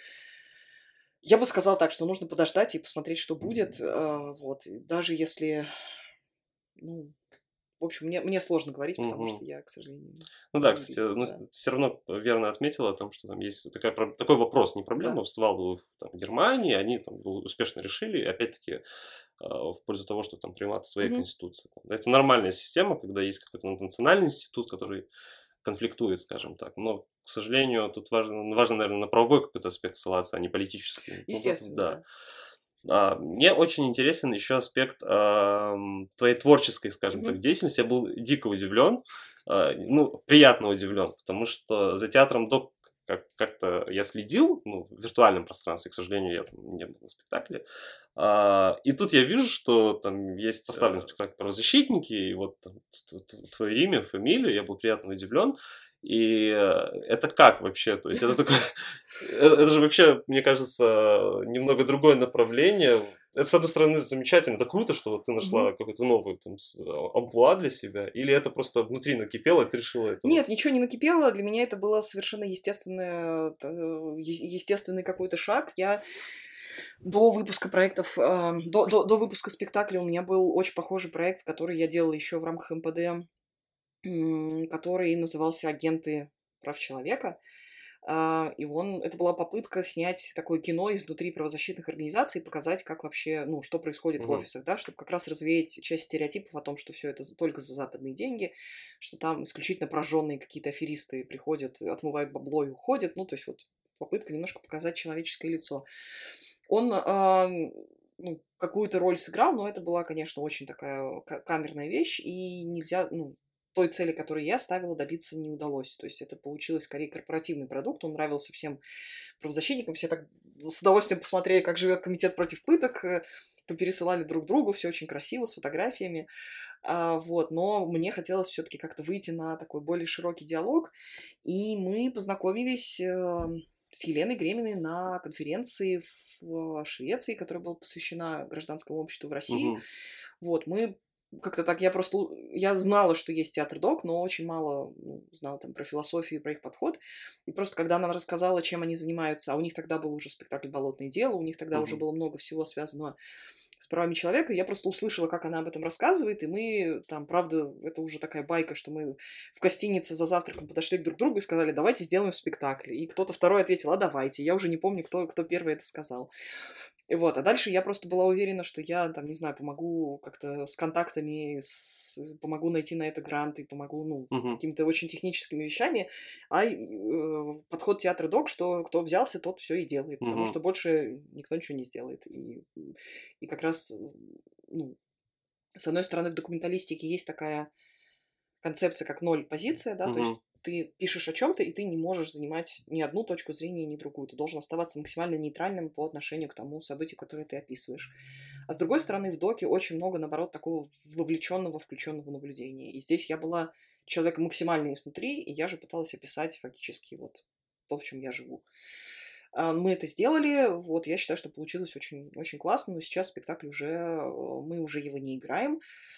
Speaker 2: Я бы сказала так, что нужно подождать и посмотреть, что будет. Вот. Даже если... Ну, в общем, мне сложно говорить, потому что я, к сожалению...
Speaker 1: Ну да, кстати, все равно верно отметила о том, что там есть такой вопрос, не проблема, вставал в Германии, они там успешно решили, и опять-таки в пользу того, что там примат своей конституции. Это нормальная система, когда есть какой-то национальный институт, который конфликтует, скажем так. Но, к сожалению, тут важно, наверное, на правовой какой-то аспект ссылаться, а не политический.
Speaker 2: Естественно, да.
Speaker 1: Мне очень интересен еще аспект твоей творческой, скажем так, деятельности. Я был дико удивлен, приятно удивлен, потому что за театром как-то я следил, в виртуальном пространстве, к сожалению, я там не был на спектакле. И тут я вижу, что там есть составлен спектакль «Правозащитники», и вот там, твое имя, фамилия, я был приятно удивлен. И это как вообще? То есть это такое... Это же вообще, мне кажется, немного другое направление. Это, с одной стороны, замечательно. Это круто, что вот ты нашла какую-то новую амплуа для себя. Или это просто внутри накипело, и ты решила это?
Speaker 2: Нет, ничего не накипело. Для меня это было совершенно естественный какой-то шаг. Я до выпуска проектов, до выпуска спектакля у меня был очень похожий проект, который я делала еще в рамках МПД, который назывался «Агенты прав человека». И это была попытка снять такое кино изнутри правозащитных организаций, показать, как вообще, что происходит в офисах, да, чтобы как раз развеять часть стереотипов о том, что все это только за западные деньги, что там исключительно прожженные какие-то аферисты приходят, отмывают бабло и уходят. То есть вот попытка немножко показать человеческое лицо. Он какую-то роль сыграл, но это была, конечно, очень такая камерная вещь, и нельзя, той цели, которую я ставила, добиться не удалось. То есть это получилось скорее корпоративный продукт, он нравился всем правозащитникам, все так с удовольствием посмотрели, как живет комитет против пыток, попересылали друг другу, все очень красиво, с фотографиями. Но мне хотелось все-таки как-то выйти на такой более широкий диалог, и мы познакомились с Еленой Греминой на конференции в Швеции, которая была посвящена гражданскому обществу в России. Мы как-то так, я знала, что есть театр ДОК, но очень мало знала там про философию, про их подход. И просто когда она рассказала, чем они занимаются, а у них тогда был уже спектакль «Болотное дело», у них тогда уже было много всего связанного с правами человека, я просто услышала, как она об этом рассказывает, и мы там, правда, это уже такая байка, что мы в гостинице за завтраком подошли друг к другу и сказали, давайте сделаем спектакль. И кто-то второй ответил, а давайте. Я уже не помню, кто первый это сказал. Вот, а дальше я просто была уверена, что я, там, не знаю, помогу как-то с контактами, помогу найти на это гранты, помогу, ну,
Speaker 1: Мгм.
Speaker 2: какими-то очень техническими вещами, подход театра док, что кто взялся, тот все и делает, потому
Speaker 1: Мгм.
Speaker 2: что больше никто ничего не сделает. И как раз, ну, с одной стороны, в документалистике есть такая концепция, как ноль позиция, да, то
Speaker 1: Мгм.
Speaker 2: есть ты пишешь о чем-то, и ты не можешь занимать ни одну точку зрения, ни другую. Ты должен оставаться максимально нейтральным по отношению к тому событию, которое ты описываешь. А с другой стороны, в доке очень много, наоборот, такого вовлеченного, включенного наблюдения. И здесь я была человеком максимально изнутри, и я же пыталась описать фактически вот то, в чем я живу. Мы это сделали, вот, я считаю, что получилось очень, очень классно, но сейчас спектакль уже, мы уже его не играем,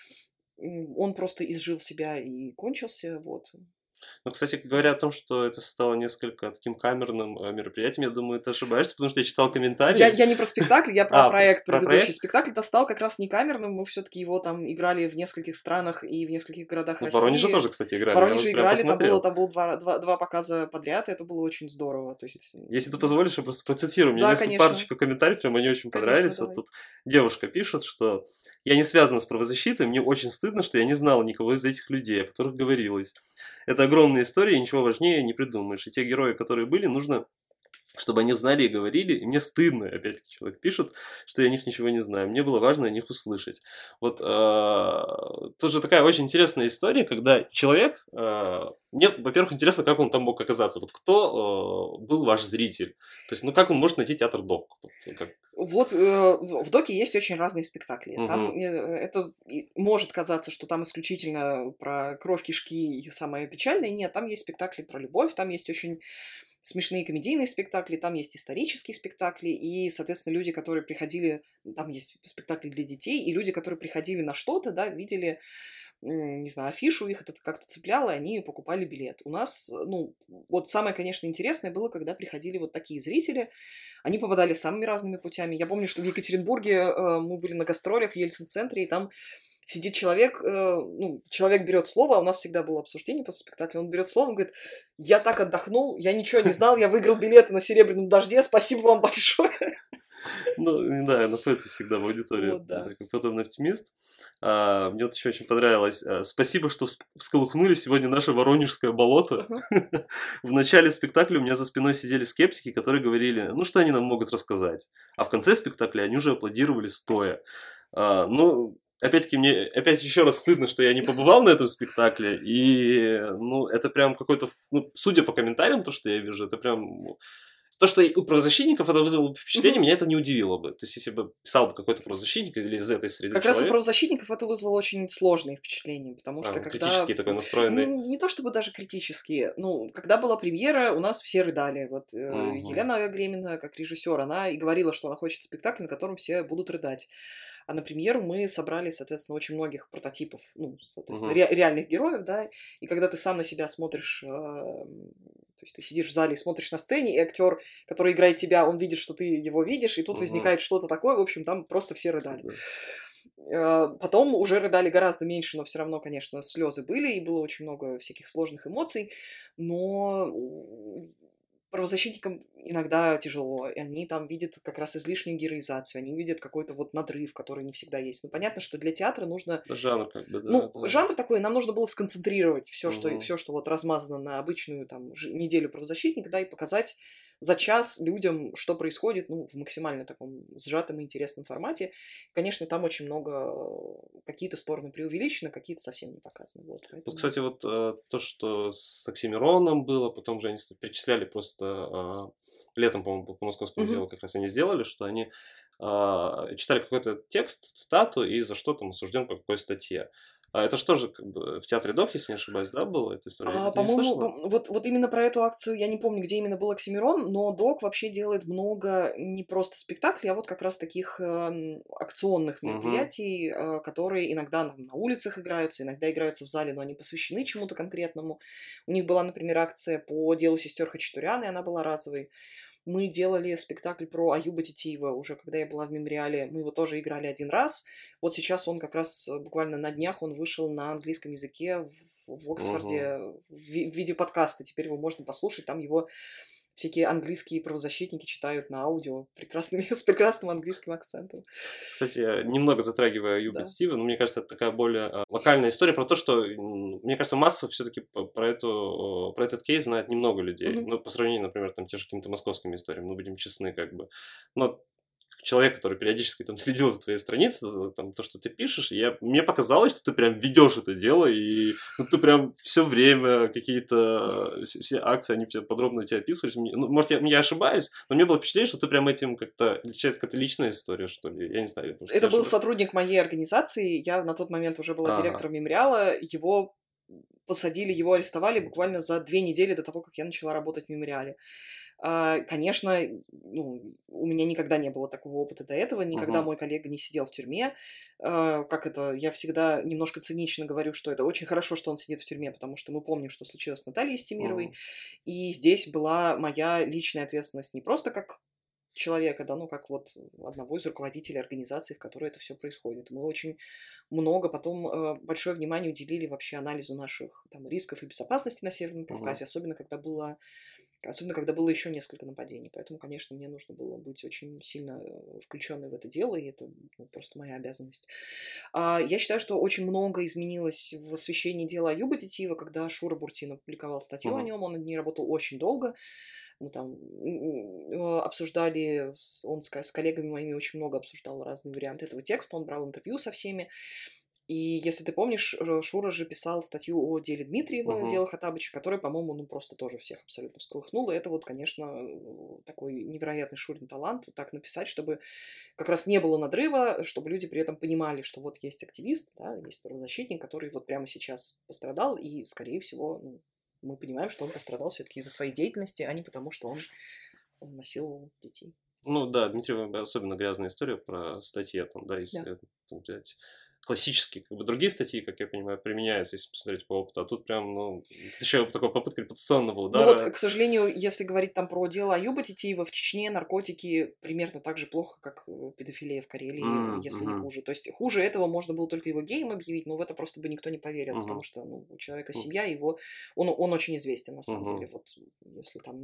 Speaker 2: он просто изжил себя и кончился, вот.
Speaker 1: Ну, кстати, говоря о том, что это стало несколько таким камерным мероприятием, я думаю, ты ошибаешься, потому что я читал
Speaker 2: Я,
Speaker 1: комментарии.
Speaker 2: я не про спектакль, я про проект
Speaker 1: Про
Speaker 2: предыдущий.
Speaker 1: проект?
Speaker 2: Спектакль-то стал как раз не камерным, мы все-таки его там играли в нескольких странах и в нескольких городах
Speaker 1: Ну, в Воронеже
Speaker 2: России.
Speaker 1: тоже, кстати,
Speaker 2: В
Speaker 1: играли, я вот
Speaker 2: Воронеже
Speaker 1: прям
Speaker 2: играли,
Speaker 1: посмотрел.
Speaker 2: там было два показа подряд, и это было очень здорово. То есть,
Speaker 1: Если ты позволишь, я просто процитирую. Мне
Speaker 2: да,
Speaker 1: несколько
Speaker 2: конечно,
Speaker 1: парочку комментариев, прям они очень
Speaker 2: конечно,
Speaker 1: понравились. Вот
Speaker 2: давай.
Speaker 1: тут девушка пишет, что я не связана с правозащитой, мне очень стыдно, что я не знала никого из этих людей, о которых говорилось. Это огромная история, и ничего важнее не придумаешь. И те герои, которые были, нужно чтобы они знали и говорили, и мне стыдно, опять-таки человек пишет, что я о них ничего не знаю, мне было важно о них услышать. Вот тоже такая очень интересная история, когда человек, мне, во-первых, интересно, как он там мог оказаться, вот кто был ваш зритель, то есть, ну, как он может найти театр док? Вот, как...
Speaker 2: Вот в доке есть очень разные спектакли. Там
Speaker 1: Угу,
Speaker 2: это может казаться, что там исключительно про кровь, кишки и самое печальное. Нет, там есть спектакли про любовь, там есть очень смешные комедийные спектакли, там есть исторические спектакли, и, соответственно, люди, которые приходили, там есть спектакли для детей, и люди, которые приходили на что-то, да, видели, не знаю, афишу, их это как-то цепляло, и они покупали билет. У нас, ну, вот самое, конечно, интересное было, когда приходили вот такие зрители, они попадали самыми разными путями. Я помню, что в Екатеринбурге мы были на гастролях в Ельцин-центре, и там сидит человек, ну, человек берет слово, а у нас всегда было обсуждение после спектакля, он берет слово, он говорит, я так отдохнул, я ничего не знал, я выиграл билеты на «Серебряном дожде», спасибо вам большое.
Speaker 1: ну, да, находится всегда в аудитории
Speaker 2: Вот, да.
Speaker 1: такой подобный оптимист. Мне вот еще очень понравилось. Спасибо, что всколыхнули сегодня наше воронежское болото.
Speaker 2: Ага.
Speaker 1: В начале спектакля у меня за спиной сидели скептики, которые говорили, ну, что они нам могут рассказать. А в конце спектакля они уже аплодировали стоя. Ну, опять-таки, мне опять еще раз стыдно, что я не побывал на этом спектакле. И, ну, это прям какой-то, ну, судя по комментариям, то, что я вижу, это прям то, что у правозащитников это вызвало бы впечатление,
Speaker 2: Мгм.
Speaker 1: меня это не удивило бы. То есть, если бы писал бы какой-то правозащитник или из этой среды
Speaker 2: Как раз у
Speaker 1: человек,
Speaker 2: правозащитников это вызвало очень сложные впечатления, потому что когда...
Speaker 1: критически такой настроенный.
Speaker 2: Не то чтобы даже критические, ну, когда была премьера, у нас все рыдали. Вот
Speaker 1: Мгм.
Speaker 2: Елена Гремина, как режиссер, она и говорила, что она хочет спектакль, на котором все будут рыдать. А на премьеру мы собрали, соответственно, очень многих прототипов, ну, соответственно,
Speaker 1: Мгм.
Speaker 2: реальных героев, да, и когда ты сам на себя смотришь, то есть ты сидишь в зале и смотришь на сцене, и актер, который играет тебя, он видит, что ты его видишь, и тут
Speaker 1: Мгм.
Speaker 2: возникает что-то такое, в общем, там просто все рыдали.
Speaker 1: Да.
Speaker 2: Потом уже рыдали гораздо меньше, но все равно, конечно, слезы были, и было очень много всяких сложных эмоций, но правозащитникам иногда тяжело, и они там видят как раз излишнюю героизацию, они видят какой-то вот надрыв, который не всегда есть. Ну, понятно, что для театра нужно...
Speaker 1: Да, жанр как бы, да,
Speaker 2: Ну,
Speaker 1: да.
Speaker 2: жанр такой, нам нужно было сконцентрировать
Speaker 1: Мгм.
Speaker 2: все, что вот размазано на обычную там неделю правозащитника, да, и показать за час людям, что происходит, ну, в максимально таком сжатом и интересном формате. Конечно, там очень много, какие-то стороны преувеличены, какие-то совсем не показаны. Вот,
Speaker 1: Вот,
Speaker 2: поэтому...
Speaker 1: кстати, вот то, что с Оксимироном было, потом же они перечисляли просто летом, по-моему, по московскому
Speaker 2: Мгм.
Speaker 1: делу как раз они сделали, что они читали какой-то текст, цитату, и за что там осужден по какой статье. Это что же как бы в театре Док, если не ошибаюсь, да, была эта история? Ты не
Speaker 2: По-моему,
Speaker 1: слышала?
Speaker 2: вот именно про эту акцию я не помню, где именно был Оксимирон, но Док вообще делает много не просто спектаклей, а вот как раз таких акционных
Speaker 1: Угу,
Speaker 2: мероприятий, которые иногда на улицах играются, иногда играются в зале, но они посвящены чему-то конкретному. У них была, например, акция по делу сестер Хачатурян, и она была разовой. Мы делали спектакль про Аюба Титиева уже, когда я была в мемориале. Мы его тоже играли один раз. Вот сейчас он как раз буквально на днях он вышел на английском языке в
Speaker 1: угу.
Speaker 2: Оксфорде в виде подкаста. Теперь его можно послушать. Там его всякие английские правозащитники читают на аудио с прекрасным английским акцентом.
Speaker 1: Кстати, немного затрагивая Аюба
Speaker 2: Да.
Speaker 1: Детектива, но мне кажется, это такая более локальная история про то, что, мне кажется, массово все-таки про этот кейс знает немного людей.
Speaker 2: Мгм.
Speaker 1: Ну, по сравнению, например, там, те же какими-то московскими историями, ну, будем честны, как бы. Но как человек, который периодически там следил за твоей страницей, за там, то, что ты пишешь, мне показалось, что ты прям ведешь это дело, и ну, ты прям все время какие-то все акции, они подробно у тебя описывались. Ну, может, я ошибаюсь, но мне было впечатление, что ты прям этим как-то, какая-то личная история, что ли. Я не знаю, может,
Speaker 2: Это
Speaker 1: я
Speaker 2: был
Speaker 1: ошибаюсь.
Speaker 2: сотрудник моей организации, я на тот момент уже была
Speaker 1: Ага.
Speaker 2: директором мемориала, его посадили, его арестовали буквально за 2 недели до того, как я начала работать в мемориале. Конечно, ну, у меня никогда не было такого опыта до этого, никогда
Speaker 1: Мгм.
Speaker 2: мой коллега не сидел в тюрьме. Как это, я всегда немножко цинично говорю, что это очень хорошо, что он сидит в тюрьме, потому что мы помним, что случилось с Натальей Стемировой,
Speaker 1: Мгм.
Speaker 2: и здесь была моя личная ответственность не просто как человека, да, ну, как вот одного из руководителей организации, в которой это все происходит. Мы очень много потом, большое внимание уделили вообще анализу наших там рисков и безопасности на Северном
Speaker 1: Мгм.
Speaker 2: Кавказе, особенно когда было еще несколько нападений. Поэтому, конечно, мне нужно было быть очень сильно включенной в это дело, и это просто моя обязанность. Я считаю, что очень много изменилось в освещении дела Аюба Титиева, когда Шура Буртин опубликовал статью о
Speaker 1: Мгм.
Speaker 2: нем. Он над ней работал очень долго. Мы там обсуждали, он с коллегами моими очень много обсуждал разные варианты этого текста, он брал интервью со всеми. И если ты помнишь, Шура же писал статью о деле Дмитриева,
Speaker 1: Мгм.
Speaker 2: дело Хаттабыча, которая, по-моему, ну просто тоже всех абсолютно всколыхнула. Это вот, конечно, такой невероятный Шурин талант, так написать, чтобы как раз не было надрыва, чтобы люди при этом понимали, что вот есть активист, да, есть правозащитник, который вот прямо сейчас пострадал, и, скорее всего, ну, мы понимаем, что он пострадал все-таки из-за своей деятельности, а не потому, что он насиловал детей.
Speaker 1: Ну да, Дмитрий особенно грязная история про статьи, там, да,
Speaker 2: Да.
Speaker 1: если там, взять классические, как бы другие статьи, как я понимаю, применяются, если посмотреть по опыту, а тут прям, ну, это еще такая попытка репутационного
Speaker 2: Ну вот,
Speaker 1: удара.
Speaker 2: к сожалению, если говорить там про дело Аюба Титиева, в Чечне наркотики примерно так же плохо, как педофилия в Карелии, если не
Speaker 1: Мгм.
Speaker 2: хуже. То есть хуже этого можно было только его геем объявить, но в это просто бы никто не поверил, потому
Speaker 1: Мгм.
Speaker 2: что ну, у человека
Speaker 1: М.
Speaker 2: семья, он очень известен на самом
Speaker 1: Мгм.
Speaker 2: деле. Вот если там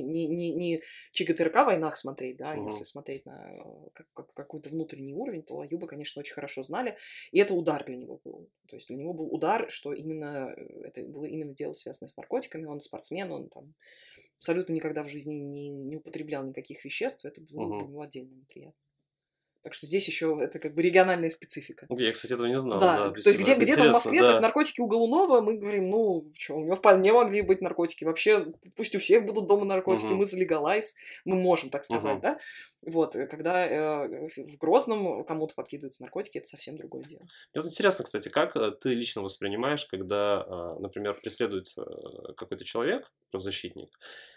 Speaker 2: не ЧГТРК в войнах смотреть, да, если
Speaker 1: Мгм.
Speaker 2: смотреть на какой-то внутренний уровень, то Аюба, конечно, очень хорошо знали. И это удар для него был. То есть для него был удар, что именно это было именно дело, связанное с наркотиками. Он спортсмен, он там абсолютно никогда в жизни не употреблял никаких веществ. Это было для
Speaker 1: Мгм.
Speaker 2: него отдельно неприятно. Так что здесь еще это как бы региональная специфика.
Speaker 1: Я, кстати, этого не знал,
Speaker 2: Да,
Speaker 1: да,
Speaker 2: то есть
Speaker 1: действительно, это
Speaker 2: где-то в
Speaker 1: интересно,
Speaker 2: Москве, то есть
Speaker 1: да.
Speaker 2: наркотики у Голунова, мы говорим, ну, что, у него вполне могли быть наркотики. Вообще, пусть у всех будут дома наркотики,
Speaker 1: Мгм.
Speaker 2: мы за легалайз, мы можем так сказать,
Speaker 1: Мгм.
Speaker 2: да? Вот, когда в Грозном кому-то подкидываются наркотики, это совсем другое дело.
Speaker 1: Мне вот интересно, кстати, как ты лично воспринимаешь, когда, например, преследуется какой-то человек, правозащитник,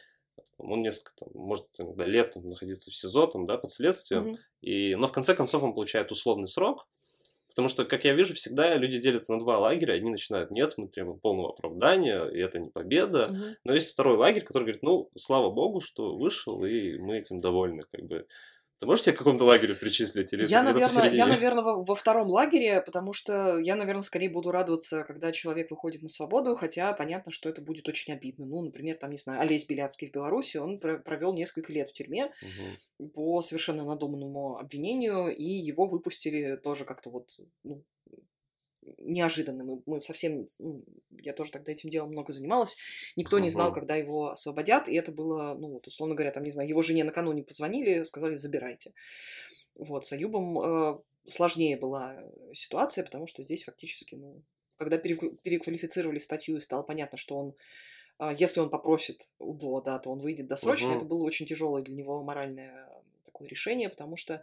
Speaker 1: он несколько, там, может иногда лет там, находиться в СИЗО, там, да, под следствием,
Speaker 2: Мгм.
Speaker 1: но в конце концов он получает условный срок, потому что, как я вижу, всегда люди делятся на два лагеря. Одни начинают, нет, мы требуем полного оправдания, и это не победа.
Speaker 2: Мгм.
Speaker 1: Но есть второй лагерь, который говорит, ну, слава богу, что вышел, и мы этим довольны, как бы. Ты можешь себя к какому-то лагерю причислить, или ты
Speaker 2: Я,
Speaker 1: где-то
Speaker 2: наверное, я,
Speaker 1: посередине?
Speaker 2: наверное, во втором лагере, потому что я, наверное, скорее буду радоваться, когда человек выходит на свободу, хотя понятно, что это будет очень обидно. Ну, например, там, не знаю, Олесь Беляцкий в Беларуси, он провел несколько лет в тюрьме
Speaker 1: Мгм.
Speaker 2: по совершенно надуманному обвинению, и его выпустили тоже как-то вот, ну, неожиданно. Мы совсем, я тоже тогда этим делом много занималась, никто не знал,
Speaker 1: Мгм.
Speaker 2: когда его освободят, и это было, ну, вот, условно говоря, там, не знаю, его жене накануне позвонили, сказали, забирайте. Вот, с Аюбом сложнее была ситуация, потому что здесь фактически, ну, когда переквалифицировали статью и стало понятно, что он, если он попросит УДО, да, то он выйдет досрочно, это
Speaker 1: Мгм.
Speaker 2: было очень тяжелое для него моральное такое решение, потому что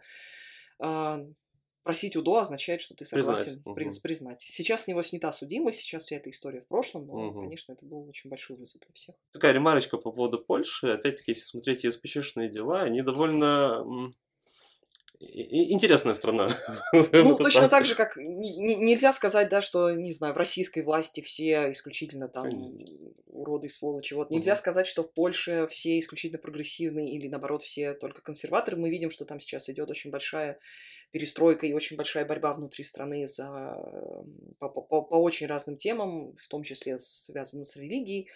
Speaker 2: а, просить УДО означает, что ты
Speaker 1: Признать.
Speaker 2: согласен
Speaker 1: Мгм.
Speaker 2: признать. Сейчас с него снята судимость, сейчас вся эта история в прошлом, но,
Speaker 1: Мгм.
Speaker 2: конечно, это был очень большой вызов для всех.
Speaker 1: Такая ремарочка по поводу Польши. Опять-таки, если смотреть ее специфичные дела, они довольно интересная страна. Назовем
Speaker 2: Ну,
Speaker 1: это
Speaker 2: точно
Speaker 1: так.
Speaker 2: так же, как нельзя сказать, да, что, не знаю, в российской власти все исключительно там
Speaker 1: Конечно.
Speaker 2: уроды и сволочи. Вот нельзя
Speaker 1: Мгм.
Speaker 2: сказать, что в Польше все исключительно прогрессивные или, наоборот, все только консерваторы. Мы видим, что там сейчас идет очень большая перестройка и очень большая борьба внутри страны по очень разным темам, в том числе связанным с религией.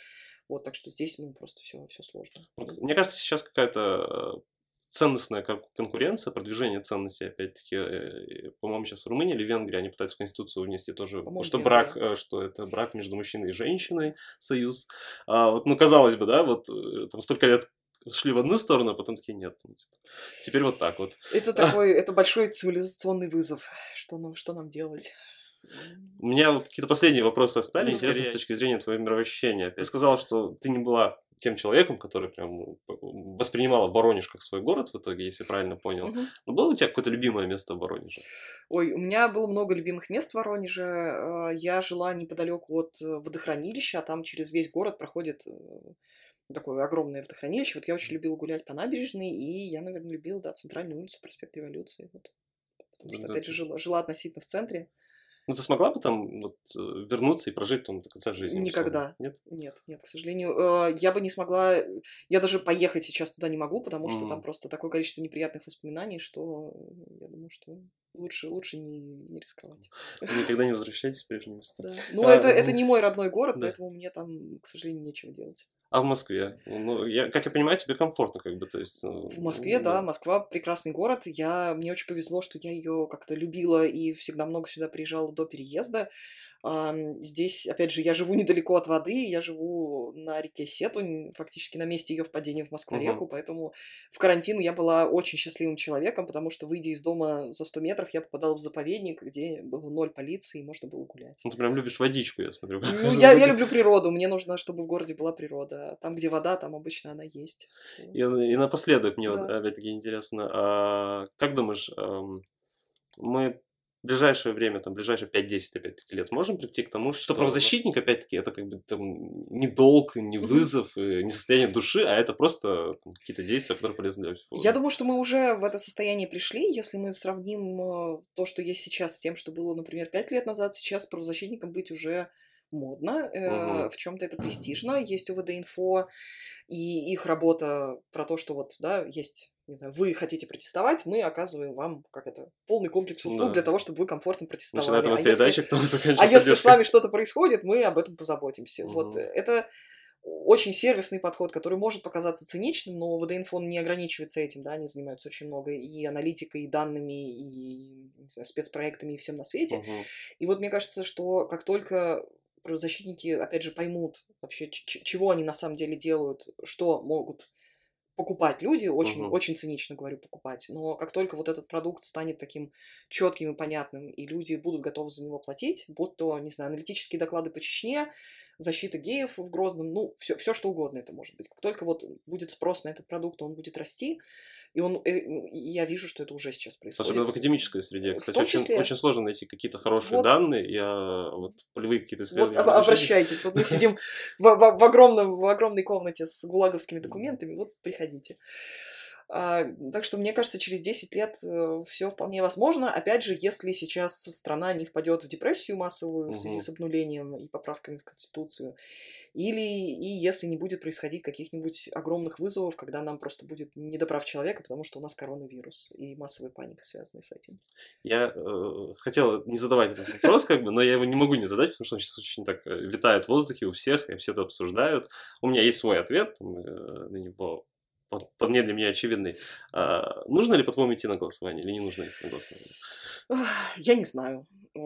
Speaker 2: Вот, так что здесь, ну, просто все сложно.
Speaker 1: Мне кажется, сейчас какая-то ценностная конкуренция, продвижение ценностей, опять-таки, по-моему, сейчас в Румынии или Венгрии они пытаются в Конституцию внести тоже,
Speaker 2: По-моему,
Speaker 1: что
Speaker 2: Венгрия.
Speaker 1: брак, что это брак между мужчиной и женщиной, союз. Вот, ну, казалось бы, да, вот там столько лет шли в одну сторону, а потом такие, нет, ну, типа, теперь вот так вот.
Speaker 2: Это большой цивилизационный вызов. Что нам делать?
Speaker 1: У меня вот какие-то последние вопросы остались,
Speaker 2: Ну,
Speaker 1: интересно с
Speaker 2: скорее.
Speaker 1: точки зрения твоего мироощущения. Ты сказала, что ты не была тем человеком, который прям воспринимала Воронеж как свой город в итоге, если правильно понял.
Speaker 2: Мгм.
Speaker 1: Но было у тебя какое-то любимое место в Воронеже?
Speaker 2: Ой, у меня было много любимых мест в Воронеже. Я жила неподалеку от водохранилища, а там через весь город проходит такое огромное водохранилище. Вот я очень любила гулять по набережной, и я, наверное, любила, да, центральную улицу, проспект Революции. Вот. Потому что, опять же, жила относительно в центре.
Speaker 1: Ну, ты смогла бы там вот, вернуться и прожить там до конца жизни? Условно?
Speaker 2: Никогда.
Speaker 1: Нет?
Speaker 2: Нет, к сожалению. Я бы не смогла... Я даже поехать сейчас туда не могу, потому что там просто такое количество неприятных воспоминаний, что я думаю, что лучше не рисковать.
Speaker 1: Никогда не возвращайтесь в прежние места.
Speaker 2: Да. Ну, это не мой родной город,
Speaker 1: Да.
Speaker 2: поэтому мне там, к сожалению, нечего делать.
Speaker 1: А в Москве? Ну, как я понимаю, тебе комфортно, как бы, то есть...
Speaker 2: В Москве, да, Москва прекрасный город. Мне очень повезло, что я ее как-то любила и всегда много сюда приезжала до переезда. Здесь, опять же, я живу недалеко от воды, я живу на реке Сетунь, фактически на месте ее впадения в Москва-реку, поэтому в карантин я была очень счастливым человеком, потому что, выйдя из дома за 100 метров, я попадала в заповедник, где было 0 полиции, и можно было гулять.
Speaker 1: Ну, ты прям любишь водичку, я смотрю.
Speaker 2: Ну, я люблю природу, мне нужно, чтобы в городе была природа. Там, где вода, там обычно она есть.
Speaker 1: И напоследок мне вот,
Speaker 2: Да.
Speaker 1: опять-таки, интересно, как думаешь, мы в ближайшее время, там, ближайшие 5-10, опять-таки, лет можем прийти к тому, что правозащитник, опять-таки, это как бы там не долг, не вызов, не состояние души, а это просто там, какие-то действия, которые полезны для всего.
Speaker 2: Я думаю, что мы уже в это состояние пришли, если мы сравним то, что есть сейчас, с тем, что было, например, 5 лет назад. Сейчас правозащитником быть уже модно, в чем-то это престижно. Есть УВД-инфо, и их работа про то, что вот, да, есть, не знаю, вы хотите протестовать, мы оказываем вам, полный комплекс услуг для того, чтобы вы комфортно протестовали.
Speaker 1: Начиная от передачи, кто заканчивает
Speaker 2: А если с вами что-то происходит, мы об этом позаботимся. Вот это очень сервисный подход, который может показаться циничным, но ВД-инфо не ограничивается этим, да, они занимаются очень много и аналитикой, и данными, и, не знаю, спецпроектами, и всем на свете. И вот мне кажется, что как только правозащитники, опять же, поймут вообще, чего они на самом деле делают, что могут покупать люди, очень цинично говорю покупать, но как только вот этот продукт станет таким четким и понятным, и люди будут готовы за него платить, будь то, не знаю, аналитические доклады по Чечне, защита геев в Грозном, ну, все что угодно это может быть. Как только вот будет спрос на этот продукт, он будет расти, и я вижу, что это уже сейчас происходит.
Speaker 1: Особенно в академической среде. Кстати, очень сложно найти какие-то хорошие данные. Я вот полевые какие-то исследования.
Speaker 2: Вот обращайтесь. Вот мы сидим в огромной комнате с гулаговскими документами. Вот приходите. Так что, мне кажется, через 10 лет все вполне возможно. Опять же, если сейчас страна не впадет в депрессию массовую в связи с обнулением и поправками в Конституцию, и если не будет происходить каких-нибудь огромных вызовов, когда нам просто будет не до прав человека, потому что у нас коронавирус и массовая паника, связанная с этим.
Speaker 1: Я хотел не задавать этот вопрос, но я его не могу не задать, потому что он сейчас очень так витает в воздухе у всех, и все это обсуждают. У меня есть свой ответ на него, вполне для меня очевидный. Нужно ли, по-твоему, идти на голосование или не нужно идти на голосование?
Speaker 2: Я не знаю.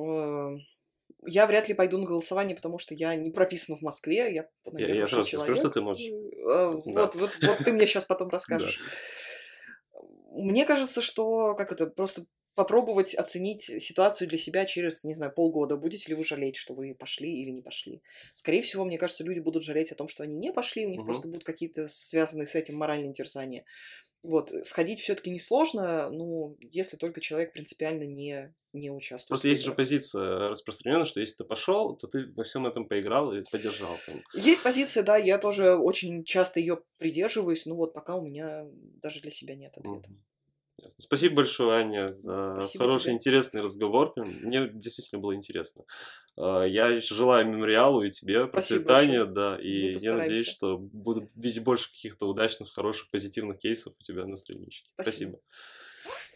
Speaker 2: Я вряд ли пойду на голосование, потому что я не прописана в Москве.
Speaker 1: Я сразу скажу, что ты можешь.
Speaker 2: Вот ты мне сейчас потом расскажешь. Мне кажется, что просто попробовать оценить ситуацию для себя через, не знаю, полгода. Будете ли вы жалеть, что вы пошли или не пошли? Скорее всего, мне кажется, люди будут жалеть о том, что они не пошли, у них просто будут какие-то связанные с этим моральные терзания. Вот, сходить все-таки несложно, ну, если только человек принципиально не участвует.
Speaker 1: Просто есть же позиция распространенная, что если ты пошел, то ты во всем этом поиграл и поддержал.
Speaker 2: Есть позиция, да, я тоже очень часто ее придерживаюсь, но вот пока у меня даже для себя нет ответа.
Speaker 1: Спасибо большое, Аня, за хороший, интересный разговор. Мне действительно было интересно. Я желаю мемориалу и тебе процветания, да, и я надеюсь, что буду видеть больше каких-то удачных, хороших, позитивных кейсов у тебя на страничке. Спасибо.